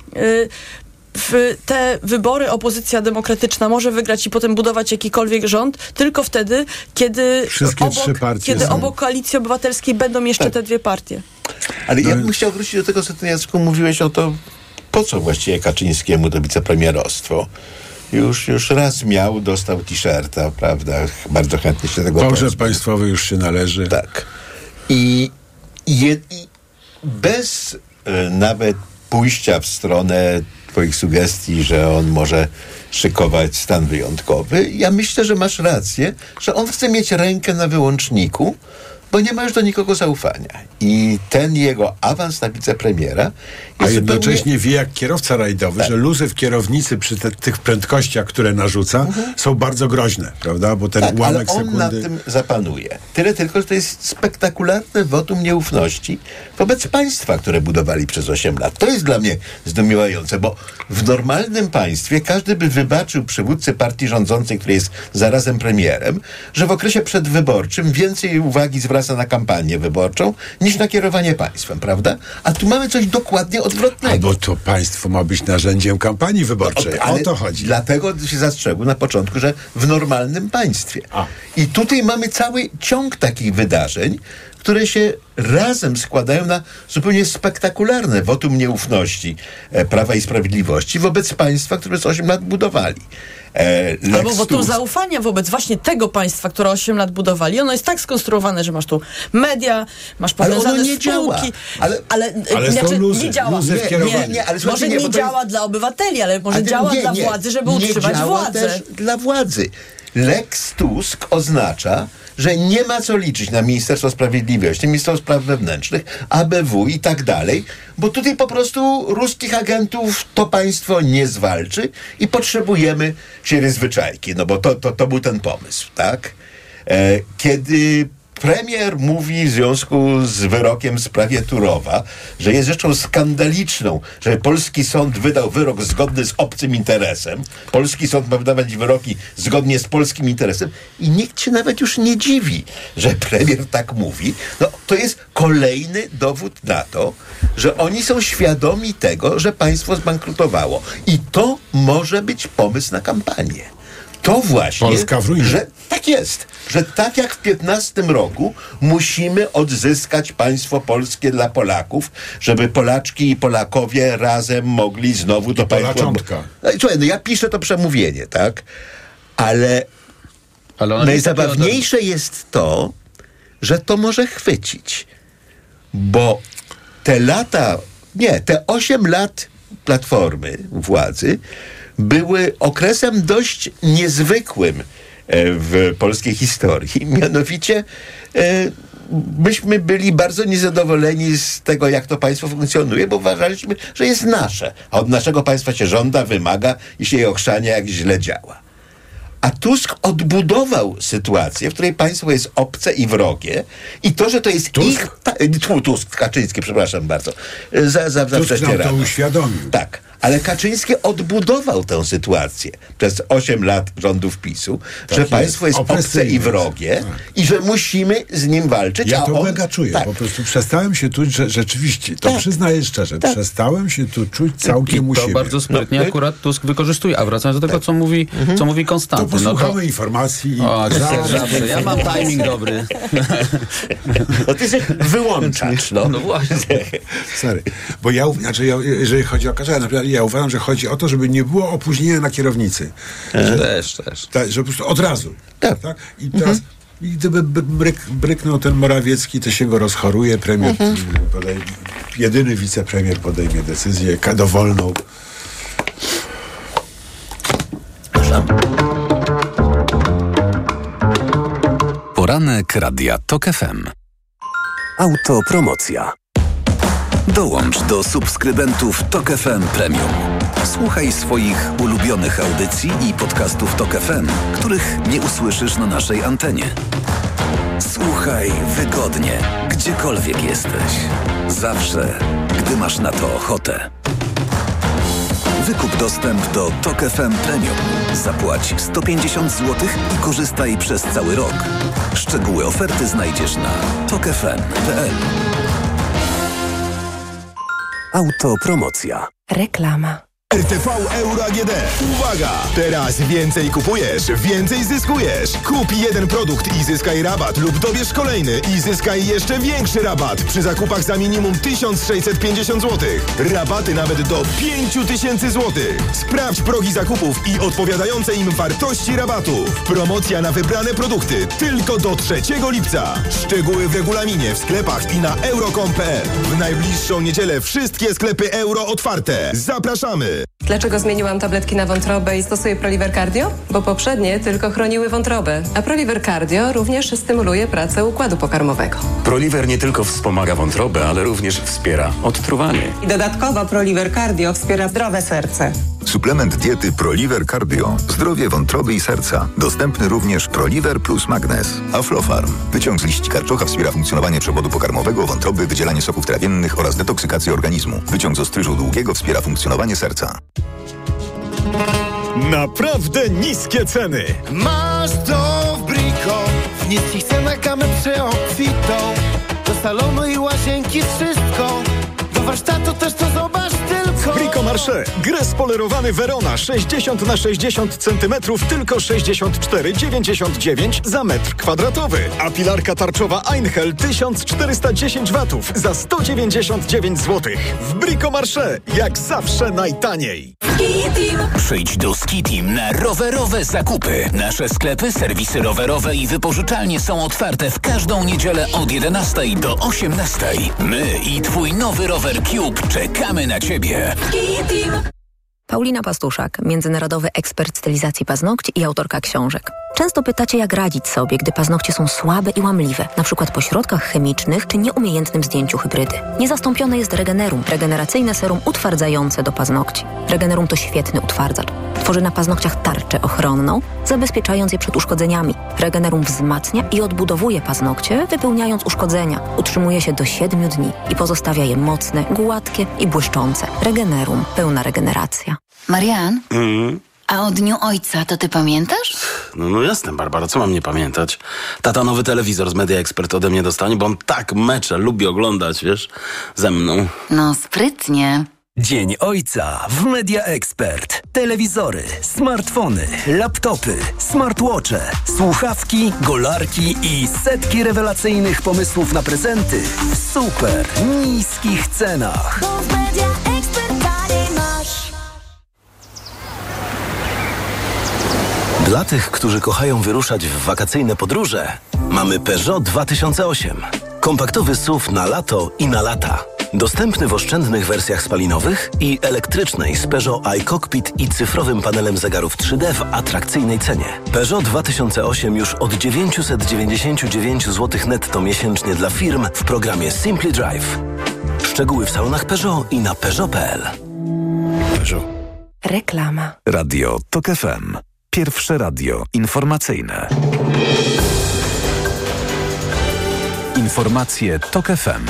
w te wybory opozycja demokratyczna może wygrać i potem budować jakikolwiek rząd tylko wtedy, kiedy obok Koalicji Obywatelskiej będą jeszcze te dwie partie. Ale ja bym chciał wrócić do tego, co ty, Jacku, mówiłeś o to, po co właściwie Kaczyńskiemu to wicepremierostwo. Już raz dostał t-shirta, prawda? Bardzo chętnie się tego pogrzeb państwowy już się należy. Tak. I bez nawet pójścia w stronę po ich sugestii, że on może szykować stan wyjątkowy. Ja myślę, że masz rację, że on chce mieć rękę na wyłączniku, bo nie ma już do nikogo zaufania. I ten jego awans na wicepremiera a jednocześnie wie jak kierowca rajdowy, że luzy w kierownicy przy tych prędkościach, które narzuca, są bardzo groźne, prawda? Bo ten ułamek ale on sekundy... nad tym zapanuje. Tyle tylko, że to jest spektakularne wotum nieufności wobec państwa, które budowali przez 8 lat. To jest dla mnie zdumiewające, bo w normalnym państwie każdy by wybaczył przywódcy partii rządzącej, który jest zarazem premierem, że w okresie przedwyborczym więcej uwagi zwraca na kampanię wyborczą niż na kierowanie państwem, prawda? A tu mamy coś dokładnie odwrotnego. Albo to państwo ma być narzędziem kampanii wyborczej. O to chodzi. Dlatego się zastrzegł na początku, że w normalnym państwie. I tutaj mamy cały ciąg takich wydarzeń, które się razem składają na zupełnie spektakularne wotum nieufności Prawa i Sprawiedliwości wobec państwa, które przez 8 lat budowali. Albo wotum zaufania wobec właśnie tego państwa, które 8 lat budowali. Ono jest tak skonstruowane, że masz tu media, masz powiązane nie spółki. Ale znaczy, luzy, nie działa. Może nie działa dla obywateli, ale może działa dla władzy, żeby utrzymać władzę. Też dla władzy. Lex Tusk oznacza, że nie ma co liczyć na Ministerstwo Sprawiedliwości, Ministerstwo Spraw Wewnętrznych, ABW i tak dalej, bo tutaj po prostu ruskich agentów to państwo nie zwalczy i potrzebujemy siery zwyczajki, no bo to był ten pomysł, tak? Kiedy premier mówi w związku z wyrokiem w sprawie Turowa, że jest rzeczą skandaliczną, że polski sąd wydał wyrok zgodny z obcym interesem. Polski sąd ma wydawać wyroki zgodnie z polskim interesem i nikt się nawet już nie dziwi, że premier tak mówi. No, to jest kolejny dowód na to, że oni są świadomi tego, że państwo zbankrutowało. I to może być pomysł na kampanię. To właśnie, Polska w ruinie. Że tak jest, że tak jak w 15 roku musimy odzyskać państwo polskie dla Polaków, żeby Polaczki i Polakowie razem mogli znowu to państwo... Polaczątka. Słuchaj, no ja piszę to przemówienie, tak? Ale najzabawniejsze jest to, że to może chwycić. Bo te 8 lat Platformy władzy były okresem dość niezwykłym w polskiej historii. Mianowicie myśmy byli bardzo niezadowoleni z tego, jak to państwo funkcjonuje, bo uważaliśmy, że jest nasze. A od naszego państwa się żąda, wymaga i się je ochrzania, jak źle działa. A Tusk odbudował sytuację, w której państwo jest obce i wrogie i to, że to jest Tusk, Kaczyński, przepraszam bardzo. Za Tusk nam to uświadomił. Tak. Ale Kaczyński odbudował tę sytuację przez 8 lat rządów PiS-u, że państwo jest obce i wrogie i że musimy z nim walczyć. Ja to mega czuję. Po prostu przestałem się czuć, że rzeczywiście, to przyznaję szczerze, przestałem się tu czuć całkiem u siebie. To bardzo sprytnie akurat Tusk wykorzystuje. A wracając do tego, co mówi Konstanty. To posłuchamy informacji. Ja mam timing dobry. No ty się wyłączasz. No właśnie. Sorry. Bo jeżeli chodzi o Kaczyńskiego, ja uważam, że chodzi o to, żeby nie było opóźnienia na kierownicy. Też. Że po prostu od razu. Tak? I teraz i gdyby bryknął ten Morawiecki, to się go rozchoruje, premier jedyny wicepremier podejmie decyzję dowolną. Poranek Radia TOK FM. Autopromocja. Dołącz do subskrybentów TOK FM Premium. Słuchaj swoich ulubionych audycji i podcastów TOK FM, których nie usłyszysz na naszej antenie. Słuchaj wygodnie, gdziekolwiek jesteś. Zawsze, gdy masz na to ochotę. Wykup dostęp do TOK FM Premium. Zapłać 150 zł i korzystaj przez cały rok. Szczegóły oferty znajdziesz na tokfm.pl. Autopromocja. Reklama. RTV Euro AGD. Uwaga! Teraz więcej kupujesz, więcej zyskujesz. Kup jeden produkt i zyskaj rabat lub dobierz kolejny i zyskaj jeszcze większy rabat przy zakupach za minimum 1650 zł. Rabaty nawet do 5000 zł. Sprawdź progi zakupów i odpowiadające im wartości rabatów. Promocja na wybrane produkty tylko do 3 lipca. Szczegóły w regulaminie, w sklepach i na euro.com.pl. W najbliższą niedzielę wszystkie sklepy euro otwarte. Zapraszamy! Dlaczego zmieniłam tabletki na wątrobę i stosuję Proliver Cardio? Bo poprzednie tylko chroniły wątrobę, a Proliver Cardio również stymuluje pracę układu pokarmowego. Proliver nie tylko wspomaga wątrobę, ale również wspiera odtruwanie. I dodatkowo Proliver Cardio wspiera zdrowe serce. Suplement diety Proliver Cardio. Zdrowie wątroby i serca. Dostępny również Proliver plus Magnez. Aflofarm. Wyciąg z liści karczocha wspiera funkcjonowanie przewodu pokarmowego, wątroby, wydzielanie soków trawiennych oraz detoksykację organizmu. Wyciąg z ostryżu długiego wspiera funkcjonowanie serca. Naprawdę niskie ceny. Masz to w Brico. W niskich cenach gamę przeobfitą. Do salonu i łazienki wszystko. Do warsztatu też to zobacz tylko. Brico Marché. Gres polerowany Verona 60 na 60 cm tylko 64,99 za metr kwadratowy. A pilarka tarczowa Einhell 1410 watów za 199 zł. W Brico Marché jak zawsze najtaniej. Przyjdź do Skitim na rowerowe zakupy. Nasze sklepy, serwisy rowerowe i wypożyczalnie są otwarte w każdą niedzielę od 11 do 18. My i twój nowy rower Cube czekamy na ciebie. Paulina Pastuszak, międzynarodowy ekspert stylizacji paznokci i autorka książek. Często pytacie, jak radzić sobie, gdy paznokcie są słabe i łamliwe, na przykład po środkach chemicznych czy nieumiejętnym zdjęciu hybrydy. Niezastąpione jest Regenerum, regeneracyjne serum utwardzające do paznokci. Regenerum to świetny utwardzacz. Tworzy na paznokciach tarczę ochronną, zabezpieczając je przed uszkodzeniami. Regenerum wzmacnia i odbudowuje paznokcie, wypełniając uszkodzenia. Utrzymuje się do 7 dni i pozostawia je mocne, gładkie i błyszczące. Regenerum. Pełna regeneracja. Marian? A o Dniu Ojca to ty pamiętasz? No jasne, Barbara, co mam nie pamiętać? Tata nowy telewizor z Media Expert ode mnie dostanie, bo on tak mecze lubi oglądać, wiesz, ze mną. No sprytnie. Dzień Ojca w Media Expert. Telewizory, smartfony, laptopy, smartwatche, słuchawki, golarki i setki rewelacyjnych pomysłów na prezenty w super niskich cenach. Bo w Media Expert taniej masz. Dla tych, którzy kochają wyruszać w wakacyjne podróże, mamy Peugeot 2008. Kompaktowy SUV na lato i na lata. Dostępny w oszczędnych wersjach spalinowych i elektrycznej z Peugeot iCockpit i cyfrowym panelem zegarów 3D w atrakcyjnej cenie. Peugeot 2008 już od 999 zł netto miesięcznie dla firm w programie Simply Drive. Szczegóły w salonach Peugeot i na Peugeot.pl. Peugeot. Reklama. Radio TOK FM. Pierwsze radio informacyjne. Informacje TOK FM.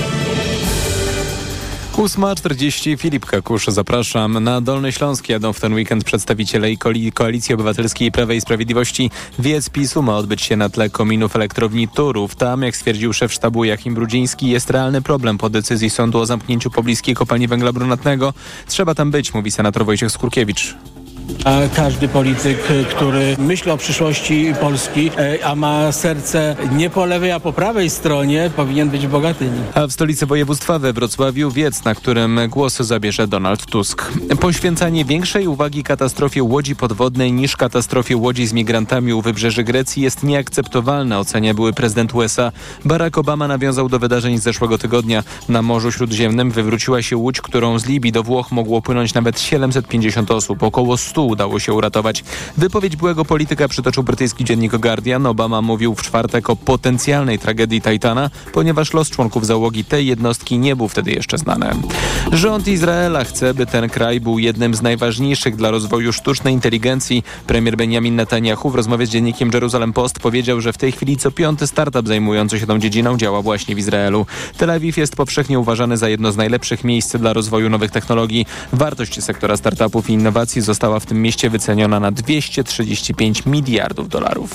8:40, Filip Kakusz, zapraszam. Na Dolny Śląsk jadą w ten weekend przedstawiciele i Koalicji Obywatelskiej i Prawa i Sprawiedliwości. Wiec PiS-u ma odbyć się na tle kominów elektrowni Turów. Tam, jak stwierdził szef sztabu Joachim Brudziński, jest realny problem po decyzji sądu o zamknięciu pobliskiej kopalni węgla brunatnego. Trzeba tam być, mówi senator Wojciech Skurkiewicz. A każdy polityk, który myśli o przyszłości Polski, a ma serce nie po lewej, a po prawej stronie, powinien być bogaty. A w stolicy województwa we Wrocławiu wiec, na którym głos zabierze Donald Tusk. Poświęcanie większej uwagi katastrofie łodzi podwodnej niż katastrofie łodzi z migrantami u wybrzeży Grecji jest nieakceptowalne, ocenia były prezydent USA. Barack Obama nawiązał do wydarzeń z zeszłego tygodnia. Na Morzu Śródziemnym wywróciła się łódź, którą z Libii do Włoch mogło płynąć nawet 750 osób. Około 100 udało się uratować. Wypowiedź byłego polityka przytoczył brytyjski dziennik Guardian. Obama mówił w czwartek o potencjalnej tragedii Titana, ponieważ los członków załogi tej jednostki nie był wtedy jeszcze znany. Rząd Izraela chce, by ten kraj był jednym z najważniejszych dla rozwoju sztucznej inteligencji. Premier Benjamin Netanyahu w rozmowie z dziennikiem Jerusalem Post powiedział, że w tej chwili co 5. startup zajmujący się tą dziedziną działa właśnie w Izraelu. Tel Awiw jest powszechnie uważany za jedno z najlepszych miejsc dla rozwoju nowych technologii. Wartość sektora startupów i innowacji została w tym mieście wyceniona na $235 miliardów.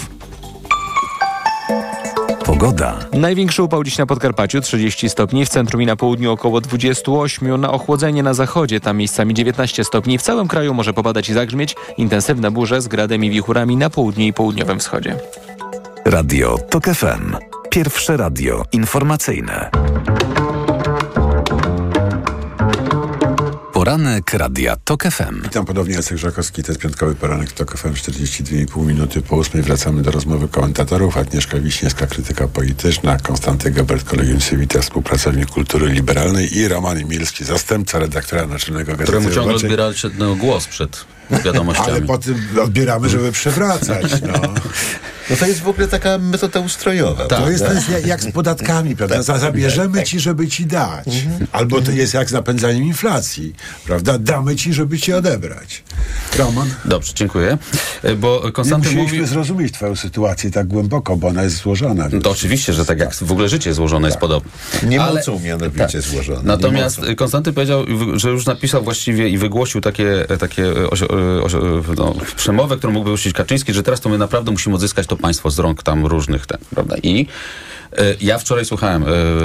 Pogoda. Największy upał dziś na Podkarpaciu, 30 stopni, w centrum i na południu około 28, na ochłodzenie na zachodzie, tam miejscami 19 stopni. W całym kraju może popadać i zagrzmieć, intensywne burze z gradem i wichurami na południu i południowym wschodzie. Radio TOK FM. Pierwsze radio informacyjne. Poranek Radia TOK FM. Witam ponownie, Jacek Żakowski, to jest piątkowy poranek TOK FM, 42,5 minuty po 8. Wracamy do rozmowy komentatorów. Agnieszka Wiśniewska, krytyka polityczna, Konstanty Gebert, Collegium Civita, współpracownik kultury liberalnej i Roman Imielski, zastępca redaktora naczelnego Gazety Któremu ciągle Wyborczej. odbieraliście głos przed wiadomościami. Ale potem odbieramy, żeby przewracać. No to jest w ogóle taka metoda ustrojowa. Tak, to jest jak z podatkami, prawda? Zabierzemy ci, żeby ci dać. Albo to jest jak z napędzaniem inflacji, prawda? Damy ci, żeby ci odebrać. Roman? Dobrze, dziękuję. Bo Konstanty musieliśmy zrozumieć twoją sytuację tak głęboko, bo ona jest złożona. To oczywiście, że tak jak w ogóle życie złożone jest podobne. Niemocą mianowicie złożone. Natomiast Konstanty powiedział, że już napisał właściwie i wygłosił takie przemowę, którą mógłby uczyć Kaczyński, że teraz to my naprawdę musimy odzyskać to państwo z rąk tam różnych, prawda? I ja wczoraj słuchałem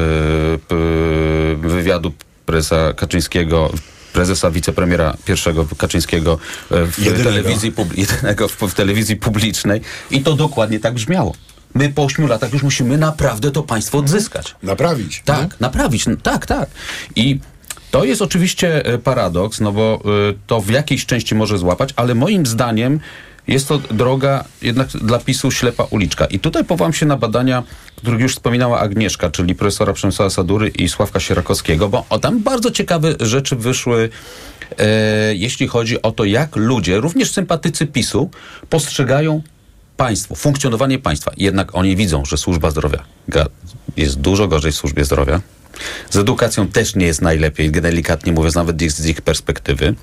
wywiadu prezesa Kaczyńskiego, prezesa wicepremiera pierwszego Kaczyńskiego w telewizji publicznej i to dokładnie tak brzmiało. My po 8 latach już musimy naprawdę to państwo odzyskać. Naprawić. Tak, naprawić. Tak. I to jest oczywiście paradoks, no bo to w jakiejś części może złapać, ale moim zdaniem jest to droga jednak dla PiS-u ślepa uliczka. I tutaj powołam się na badania, których już wspominała Agnieszka, czyli profesora Przemysława Sadury i Sławka Sierakowskiego, bo tam bardzo ciekawe rzeczy wyszły, jeśli chodzi o to, jak ludzie, również sympatycy PiS-u, postrzegają państwo, funkcjonowanie państwa. Jednak oni widzą, że służba zdrowia jest dużo gorzej w służbie zdrowia. Z edukacją też nie jest najlepiej, delikatnie mówiąc, nawet z ich perspektywy.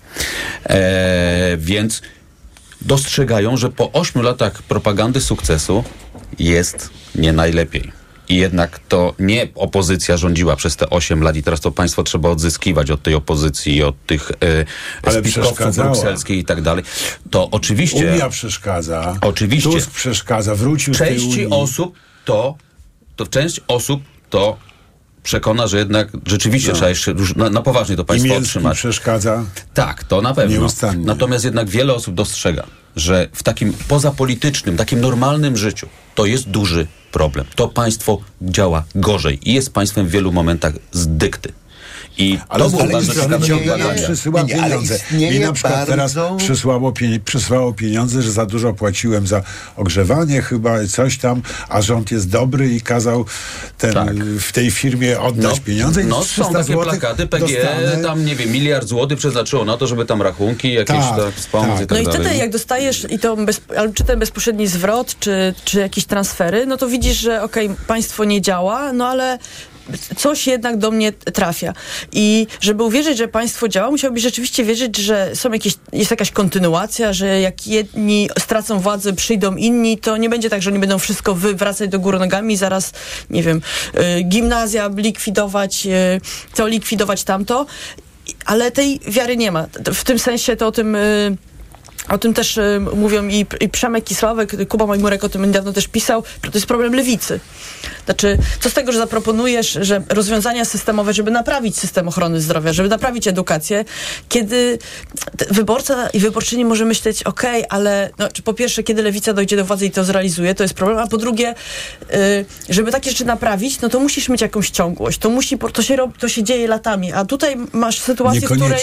Więc dostrzegają, że po 8 latach propagandy sukcesu jest nie najlepiej. I jednak to nie opozycja rządziła przez te 8 lat i teraz to państwo trzeba odzyskiwać od tej opozycji i od tych spiskowców brukselskich i tak dalej. To oczywiście... Unia przeszkadza. Oczywiście. Tusk przeszkadza. Wrócił z tej Unii. Część osób to przekona, że jednak rzeczywiście trzeba jeszcze na poważnie to państwo otrzymać. Przeszkadza. Tak, to na pewno. Nieustannie. Natomiast jednak wiele osób dostrzega, że w takim pozapolitycznym, takim normalnym życiu to jest duży problem. To państwo działa gorzej i jest państwem w wielu momentach z dykty. Ale to było bardzo ciekawe. Przysyła pieniądze. Mi na przykład teraz przysłało pieniądze, że za dużo płaciłem za ogrzewanie chyba, coś tam, a rząd jest dobry i kazał w tej firmie oddać pieniądze. Są takie plakaty, PGE tam, nie wiem, 1 miliard złotych przeznaczyło na to, żeby tam rachunki jakieś wspomóc i tak dalej. No i wtedy jak dostajesz czy ten bezpośredni zwrot, czy jakieś transfery, no to widzisz, że państwo nie działa, no ale coś jednak do mnie trafia. I żeby uwierzyć, że państwo działa, musiałbyś rzeczywiście wierzyć, że jest jakaś kontynuacja, że jak jedni stracą władzę, przyjdą inni, to nie będzie tak, że oni będą wszystko wywracać do góry nogami i zaraz, nie wiem, gimnazja likwidować, to likwidować tamto. Ale tej wiary nie ma. W tym sensie to o tym też mówią i Przemek, i Sławek, Kuba Majmurek o tym niedawno też pisał, że to jest problem lewicy. Znaczy, co z tego, że zaproponujesz, że rozwiązania systemowe, żeby naprawić system ochrony zdrowia, żeby naprawić edukację, kiedy wyborca i wyborczyni może myśleć, ale po pierwsze, kiedy lewica dojdzie do władzy i to zrealizuje, to jest problem, a po drugie, żeby takie rzeczy naprawić, no to musisz mieć jakąś ciągłość. To się dzieje latami, a tutaj masz sytuację,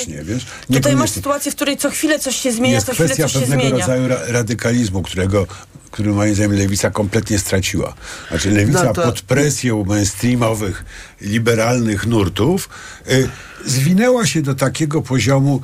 w której co chwilę coś się zmienia, co chwilę coś się zmienia. Pewnego rodzaju radykalizmu, który moim zdaniem lewica kompletnie straciła. Znaczy lewica pod presją mainstreamowych, liberalnych nurtów zwinęła się do takiego poziomu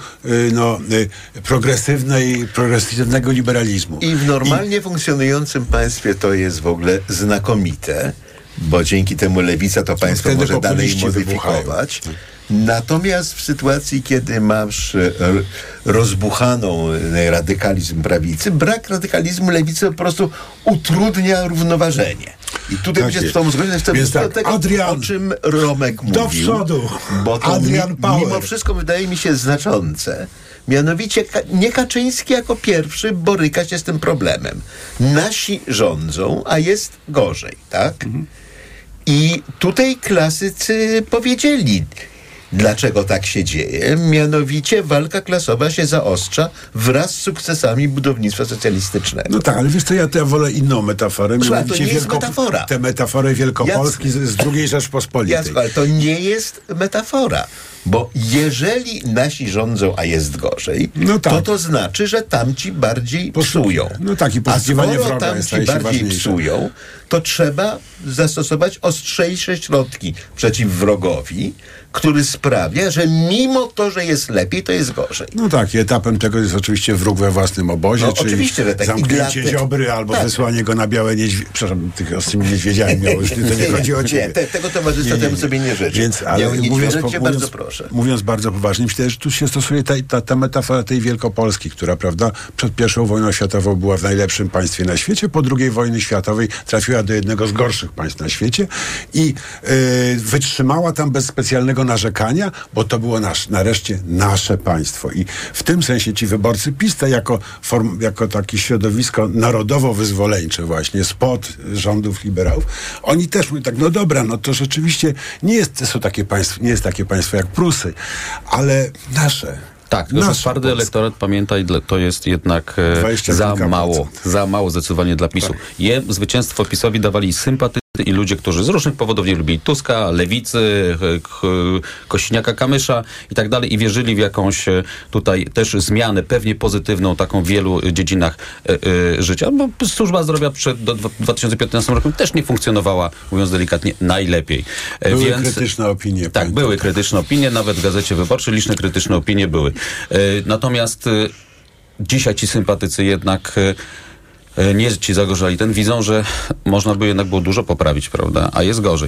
progresywnego liberalizmu. I w normalnie funkcjonującym państwie to jest w ogóle znakomite, bo dzięki temu lewica to państwo może dalej modyfikować. Natomiast w sytuacji, kiedy masz rozbuchaną radykalizm prawicy, brak radykalizmu lewicy po prostu utrudnia równoważenie. I tutaj będzie z tą zgodzić do tego, o czym Romek mówił. Do przodu! Bo to mimo wszystko wydaje mi się znaczące. Mianowicie nie Kaczyński jako pierwszy boryka się z tym problemem. Nasi rządzą, a jest gorzej, tak? I tutaj klasycy powiedzieli, Dlaczego tak się dzieje? Mianowicie walka klasowa się zaostrza wraz z sukcesami budownictwa socjalistycznego. No tak, ale wiesz co, ja wolę inną metaforę. Słuchaj, to nie jest metafora. Tę metaforę Wielkopolski z II Rzeczpospolitej. Jacku, ale to nie jest metafora. Bo jeżeli nasi rządzą, a jest gorzej, no tak, to znaczy, że tamci bardziej psują. No tak, i a skoro wroga tamci bardziej psują, to trzeba zastosować ostrzejsze środki przeciw wrogowi, który sprawia, że mimo to, że jest lepiej, to jest gorzej. No tak, i etapem tego jest oczywiście wróg we własnym obozie, no, czyli oczywiście, że tak. zamknięcie Ziobry albo wysłanie go na białe tych z tymi niedźwiedziami miało, już to nie chodzi o ciebie. Nie, tego towarzystwa temu sobie nie życzę. Więc, ale bardzo proszę. Mówiąc bardzo poważnie, myślę, że tu się stosuje ta metafora tej Wielkopolski, która, prawda, przed I wojną światową była w najlepszym państwie na świecie, po II wojnie światowej trafiła do jednego z gorszych państw na świecie i wytrzymała tam bez specjalnego narzekania, bo to było nareszcie nasze państwo. I w tym sensie ci wyborcy PiS jako takie środowisko narodowo-wyzwoleńcze właśnie spod rządów liberałów, oni też mówią tak, no dobra, no to rzeczywiście nie jest takie państwo jak Prusy, ale nasze. Tak, tylko że twardy elektorat, pamiętaj, to jest jednak za mało zdecydowanie dla PiS-u. Tak. Zwycięstwo PiS-owi dawali sympatycy i ludzie, którzy z różnych powodów nie lubili Tuska, Lewicy, Kosiniaka-Kamysza i tak dalej i wierzyli w jakąś tutaj też zmianę, pewnie pozytywną, taką w wielu dziedzinach życia. Bo służba zdrowia przed 2015 rokiem też nie funkcjonowała, mówiąc delikatnie, najlepiej. Były krytyczne opinie. Tak, były krytyczne opinie, nawet w Gazecie Wyborczej liczne krytyczne opinie były. Natomiast dzisiaj ci sympatycy jednak nie ci zagorzali widzą, że można by jednak było dużo poprawić, prawda? A jest gorzej.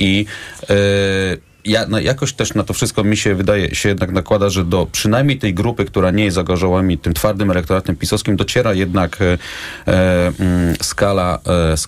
Jakoś też na to wszystko mi się wydaje, się jednak nakłada, że do przynajmniej tej grupy, która nie jest zagorzałami tym twardym elektoratem pisowskim, dociera jednak skala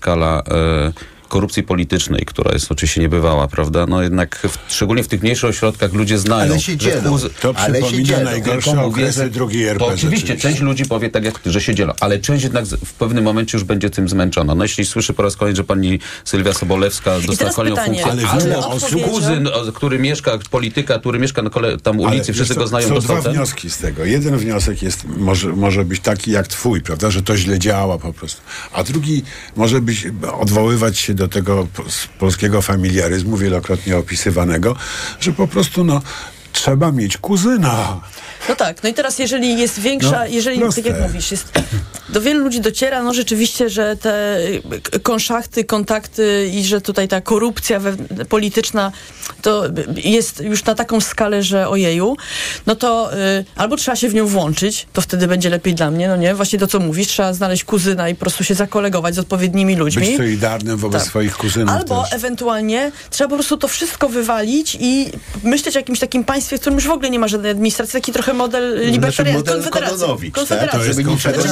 korupcji politycznej, która jest oczywiście niebywała, prawda? No jednak szczególnie w tych mniejszych ośrodkach ludzie znają. Ale się dzielą. To przypomina najgorsze okresy II RP. To oczywiście, część ludzi powie tak, że się dzielą, ale część jednak w pewnym momencie już będzie tym zmęczona. No jeśli słyszy po raz kolejny, że pani Sylwia Sobolewska dostała kolejną funkcję, ale kuzyn, który mieszka, polityka, który mieszka na tam ulicy, wszyscy go znają. Są dwa wnioski z tego. Jeden wniosek jest, może być taki jak twój, prawda, że to źle działa po prostu. A drugi może być, odwoływać się do tego polskiego familiaryzmu wielokrotnie opisywanego, że po prostu trzeba mieć kuzyna. No tak, no i teraz jeżeli jest większa, tak jak mówisz, do wielu ludzi dociera, rzeczywiście, że te konszachty, kontakty i że tutaj ta korupcja polityczna to jest już na taką skalę, że ojeju, no to albo trzeba się w nią włączyć, to wtedy będzie lepiej dla mnie, no nie? Właśnie to, co mówisz, trzeba znaleźć kuzyna i po prostu się zakolegować z odpowiednimi ludźmi. Być solidarnym wobec swoich kuzynów. Albo też. Ewentualnie trzeba po prostu to wszystko wywalić i myśleć o jakimś takim państwie, w którym już w ogóle nie ma żadnej administracji, taki trochę model libertariański, konfederacji. Żeby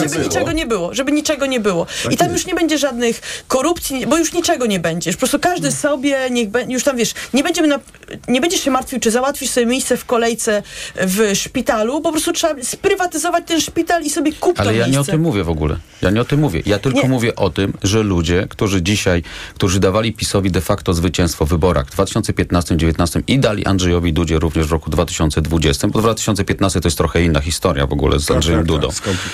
niczego nie było. I tam już nie będzie żadnych korupcji, bo już niczego nie będzie. Po prostu każdy sobie, już tam wiesz, nie będziesz się martwił, czy załatwisz sobie miejsce w kolejce w szpitalu, po prostu trzeba sprywatyzować ten szpital i sobie kup to miejsce. Ale ja nie o tym mówię w ogóle. Ja tylko mówię o tym, że ludzie, którzy dawali PiS-owi de facto zwycięstwo w wyborach w 2015-2019 i dali Andrzejowi Dudzie również w roku 2020, bo 2015 to jest trochę inna historia w ogóle z Andrzejem Dudą.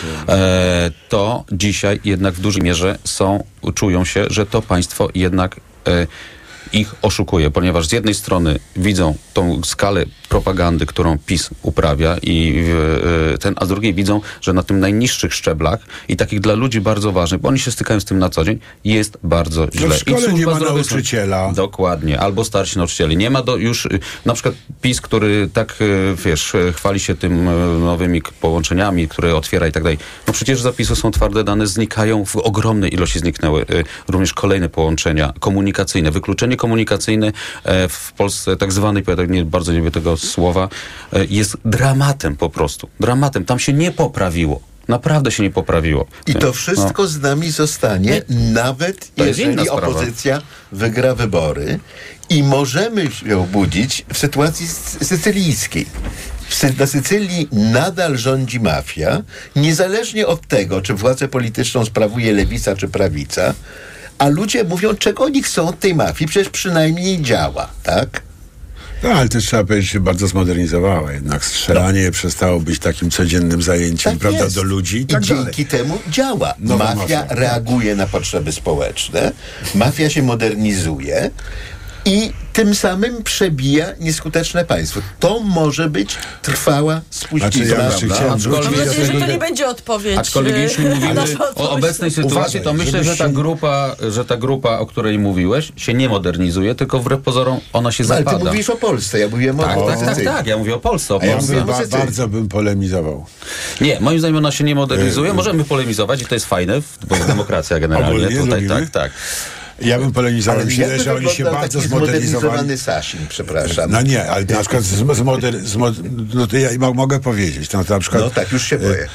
To dzisiaj jednak w dużej mierze czują się, że to państwo jednak ich oszukuje, ponieważ z jednej strony widzą tą skalę propagandy, którą PiS uprawia a z drugiej widzą, że na tym najniższych szczeblach i takich dla ludzi bardzo ważnych, bo oni się stykają z tym na co dzień, jest bardzo źle. W szkole nie ma nauczyciela. Dokładnie. Albo starsi nauczyciele. Nie ma już na przykład PiS, który tak, chwali się tym nowymi połączeniami, które otwiera i tak dalej. No przecież zapisy są twarde, dane znikają, w ogromnej ilości zniknęły również kolejne połączenia komunikacyjne. Wykluczenie komunikacyjne w Polsce, tak zwany, bardzo nie lubię tego słowa, jest dramatem po prostu. Dramatem. Tam się nie poprawiło. Naprawdę się nie poprawiło. I to wszystko z nami zostanie, nawet jeżeli opozycja wygra wybory i możemy się obudzić w sytuacji sycylijskiej. Na Sycylii nadal rządzi mafia, niezależnie od tego, czy władzę polityczną sprawuje lewica czy prawica, a ludzie mówią, czego oni chcą od tej mafii, przecież przynajmniej działa, tak? No, ale też trzeba powiedzieć, że się bardzo zmodernizowała. Jednak strzelanie przestało być takim codziennym zajęciem, Tak prawda, jest. do ludzi i I tak dzięki temu działa. Nowa Mafia mafia, reaguje na potrzeby społeczne, mafia się modernizuje i tym samym przebija nieskuteczne państwo. To może być trwała spuścizna. Mam nadzieję, że to nie będzie odpowiedź. Aczkolwiek jeśli mówimy o obecnej sytuacji, to myślę, że ta grupa, o której mówiłeś, się nie modernizuje, tylko wbrew pozorom ona się zapada. Ale ty mówisz o Polsce, ja mówiłem o opozycji. Tak, ja mówię o Polsce. Bardzo bym polemizował. Nie, moim zdaniem ona się nie modernizuje. Możemy polemizować i to jest fajne, bo jest demokracja generalnie. Tutaj, tak. Ja bym polemizował, myślę, że oni się bardzo zmodernizowali. Sasin, przepraszam. No nie, ale na przykład no to ja mogę powiedzieć. No, to na przykład, no tak, już się boję.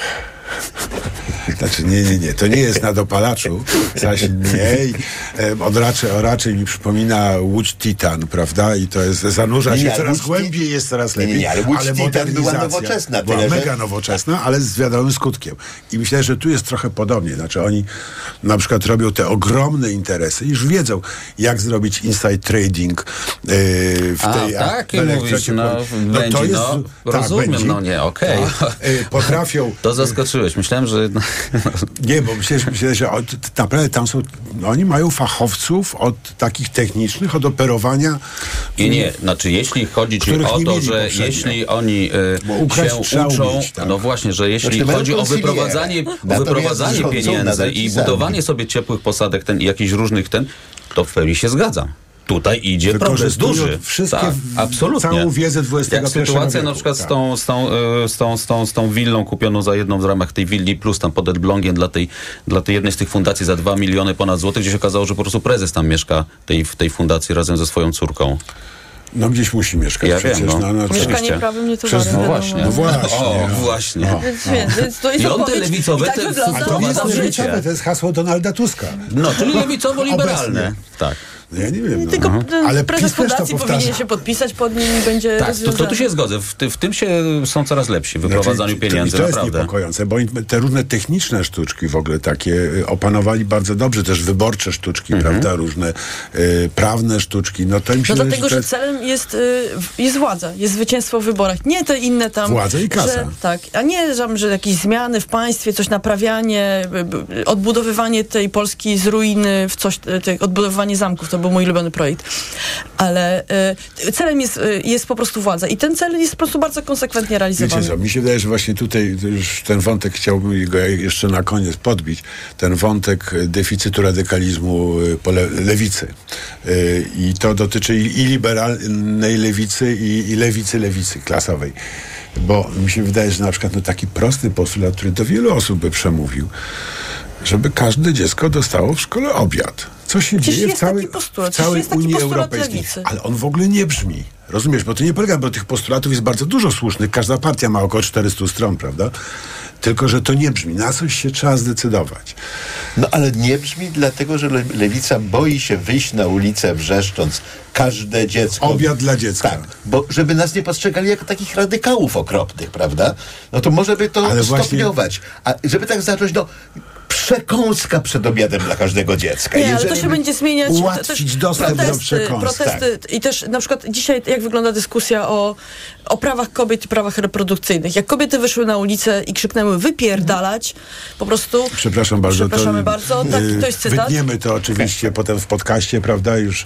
Znaczy nie, to nie jest na dopalaczu. Sasin nie. Raczej mi przypomina Łódź Titan, prawda? I to jest, zanurza się coraz głębiej, jest coraz lepiej. Nie, ale Łódź Titan była nowoczesna. Była mega nowoczesna, ale z wiadomym skutkiem. I myślę, że tu jest trochę podobnie. Znaczy oni na przykład robią te ogromne interesy, już wiedzą, jak zrobić inside trading w tej mówisz, rozumiem, okej. Potrafią... To zaskoczyłeś, myślałem, że... Nie, bo myślę, że naprawdę tam są... Oni mają fachowców od takich technicznych, od operowania... Nie, znaczy jeśli chodzi ci o to, że jeśli oni się uczą, no właśnie, że jeśli chodzi o wyprowadzanie pieniędzy i budowanie sobie ciepłych posadek i jakichś różnych to w pełni się zgadzam. Tutaj idzie progres duży. Absolutnie. Całą wiedzę XXI Jak sytuacja na przykład z tą willą kupioną za jedną w ramach tej Willi Plus, tam pod Elblągiem dla tej jednej z tych fundacji za 2 miliony ponad złotych, gdzie się okazało, że po prostu prezes tam mieszka w tej fundacji razem ze swoją córką. No gdzieś musi mieszkać. Ja wiem, mieszkanie prawem, nie towarem. No właśnie. Więc to jest I on te lewicowe, to jest hasło Donalda Tuska. No, czyli lewicowo-liberalne. Tak. Ja nie wiem. Tylko ale prezes fundacji powinien się podpisać pod nim i będzie rozwiązany. To tu się zgodzę. W tym są coraz lepsi w wyprowadzaniu pieniędzy. To jest niepokojące, bo te różne techniczne sztuczki w ogóle takie opanowali bardzo dobrze, też wyborcze sztuczki, prawda, różne prawne sztuczki. No to im się dlatego, że celem jest władza, jest zwycięstwo w wyborach. Nie te inne tam... Władza i kasa. A nie, że jakieś zmiany w państwie, coś naprawianie, odbudowywanie tej Polski z ruiny w coś, odbudowywanie zamków. To był mój ulubiony projekt. Ale celem jest po prostu władza. I ten cel jest po prostu bardzo konsekwentnie realizowany. Wiecie co, mi się wydaje, że właśnie tutaj już ten wątek chciałbym go jeszcze na koniec podbić. Ten wątek deficytu radykalizmu lewicy. I to dotyczy i liberalnej lewicy, i lewicy klasowej. Bo mi się wydaje, że na przykład taki prosty postulat, który do wielu osób by przemówił, żeby każde dziecko dostało w szkole obiad. Co się dzieje w całej Unii Europejskiej. Lewicy. Ale on w ogóle nie brzmi. Rozumiesz? Bo to nie polega, bo tych postulatów jest bardzo dużo słusznych. Każda partia ma około 400 stron, prawda? Tylko że to nie brzmi. Na coś się trzeba zdecydować. No ale nie brzmi dlatego, że lewica boi się wyjść na ulicę wrzeszcząc każde dziecko... Obiad dla dziecka. Tak, bo żeby nas nie postrzegali jako takich radykałów okropnych, prawda? No to może by to stopniować. A żeby tak zacząć, przekąska przed obiadem dla każdego dziecka. Nie, ale to się będzie zmieniać. Ułatwić dostęp do przekąsk. Protesty i też na przykład dzisiaj jak wygląda dyskusja o prawach kobiet i prawach reprodukcyjnych. Jak kobiety wyszły na ulicę i krzyknęły wypierdalać, po prostu... Przepraszamy bardzo. To jest cytat. Wytniemy to oczywiście potem w podcaście, prawda? Już...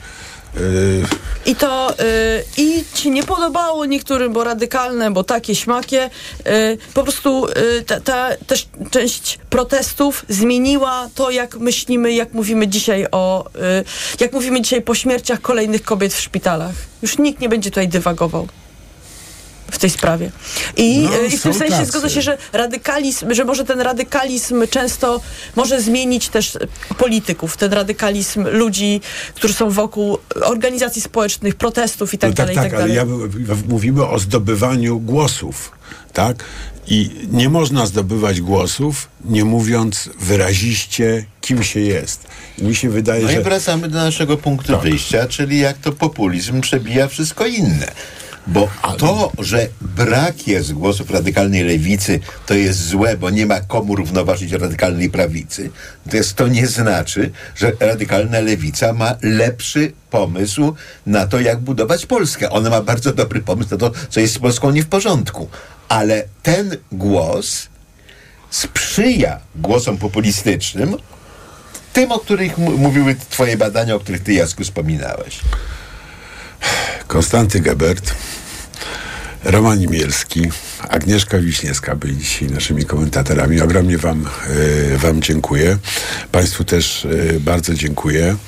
I ci nie podobało niektórym, bo radykalne, bo takie śmakie. Po prostu ta też część protestów zmieniła to, jak myślimy, jak mówimy dzisiaj po śmierciach kolejnych kobiet w szpitalach. Już nikt nie będzie tutaj dywagował w tej sprawie. I w tym sensie zgodzę się, że że może ten radykalizm często może zmienić też polityków, ten radykalizm ludzi, którzy są wokół organizacji społecznych, protestów i tak dalej. Tak, ale mówimy o zdobywaniu głosów, tak? I nie można zdobywać głosów, nie mówiąc wyraziście, kim się jest. I mi się wydaje, i wracamy do naszego punktu wyjścia, czyli jak to populizm przebija wszystko inne. Bo to, że brak jest głosów radykalnej lewicy, to jest złe, bo nie ma komu równoważyć radykalnej prawicy. To nie znaczy, że radykalna lewica ma lepszy pomysł na to, jak budować Polskę. Ona ma bardzo dobry pomysł na to, co jest z Polską nie w porządku. Ale ten głos sprzyja głosom populistycznym, tym, o których mówiły twoje badania, o których ty, Jacku, wspominałeś. Konstanty Gebert, Roman Imielski, Agnieszka Wiśniewska byli dzisiaj naszymi komentatorami. Ogromnie wam dziękuję. Państwu też bardzo dziękuję.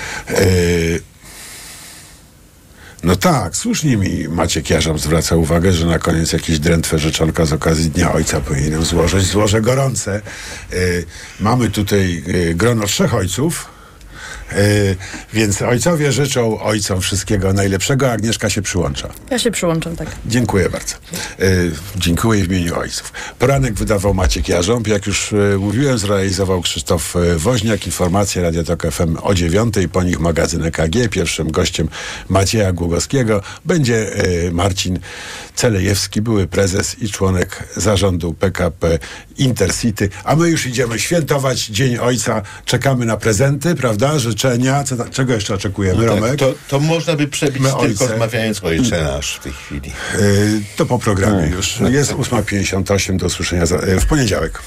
No tak, słusznie mi Maciek Jarząb zwraca uwagę, że na koniec jakieś drętwe życzonka z okazji Dnia Ojca powinienem złożyć. Złożę gorące. Mamy tutaj grono 3 ojców. Więc ojcowie życzą ojcom wszystkiego najlepszego. Agnieszka się przyłącza. Ja się przyłączam, tak. Dziękuję bardzo. Dziękuję w imieniu ojców. Poranek wydawał Maciek Jarząb. Jak już mówiłem, zrealizował Krzysztof Woźniak. Informacje Radio Tok FM o 9:00. Po nich magazyn EKG. Pierwszym gościem Macieja Głogowskiego będzie Marcin Celejewski, były prezes i członek zarządu PKP Intercity. A my już idziemy świętować Dzień Ojca. Czekamy na prezenty, prawda? Życzenia. Czego jeszcze oczekujemy, No Romek? tak, to można by przebić My tylko ojce. rozmawiając Ojcze nasz w tej chwili. To po programie już. Jest 8:58. Do usłyszenia w poniedziałek.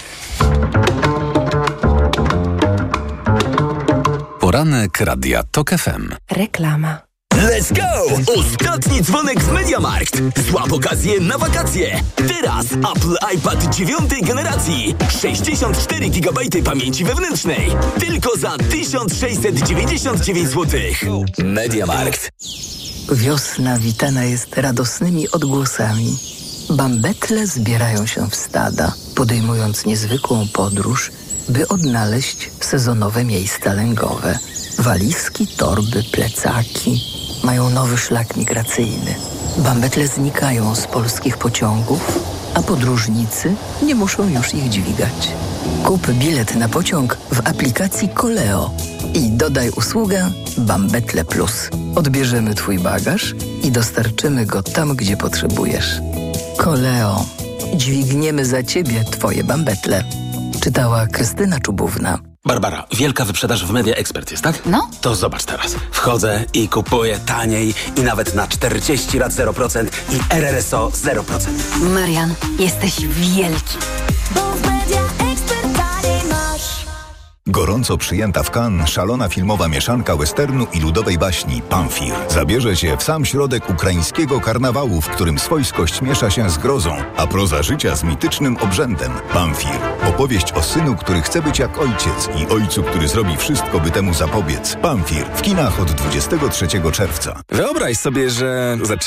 Poranek Radia Tok FM. Reklama. Let's go! Ostatni dzwonek z MediaMarkt. Złap okazję na wakacje. Teraz Apple iPad 9 generacji. 64 GB pamięci wewnętrznej. Tylko za 1699 zł. MediaMarkt. Wiosna witana jest radosnymi odgłosami. Bambetle zbierają się w stada, podejmując niezwykłą podróż, by odnaleźć sezonowe miejsca lęgowe. Walizki, torby, plecaki mają nowy szlak migracyjny. Bambetle znikają z polskich pociągów, a podróżnicy nie muszą już ich dźwigać. Kup bilet na pociąg w aplikacji Koleo i dodaj usługę Bambetle Plus. Odbierzemy twój bagaż i dostarczymy go tam, gdzie potrzebujesz. Koleo. Dźwigniemy za ciebie twoje bambetle. Czytała Krystyna Czubówna. Barbara, wielka wyprzedaż w Media Expert jest, tak? No. To zobacz teraz. Wchodzę i kupuję taniej i nawet na 40 lat 0% i RRSO 0%. Marian, jesteś wielki. Bo w Media Expert taniej masz. Gorąco przyjęta w Cannes szalona filmowa mieszanka westernu i ludowej baśni Pamfir zabierze się w sam środek ukraińskiego karnawału, w którym swojskość miesza się z grozą, a proza życia z mitycznym obrzędem. Pamfir. Opowieść o synu, który chce być jak ojciec i ojcu, który zrobi wszystko, by temu zapobiec. Pamfir. W kinach od 23 czerwca. Wyobraź sobie, że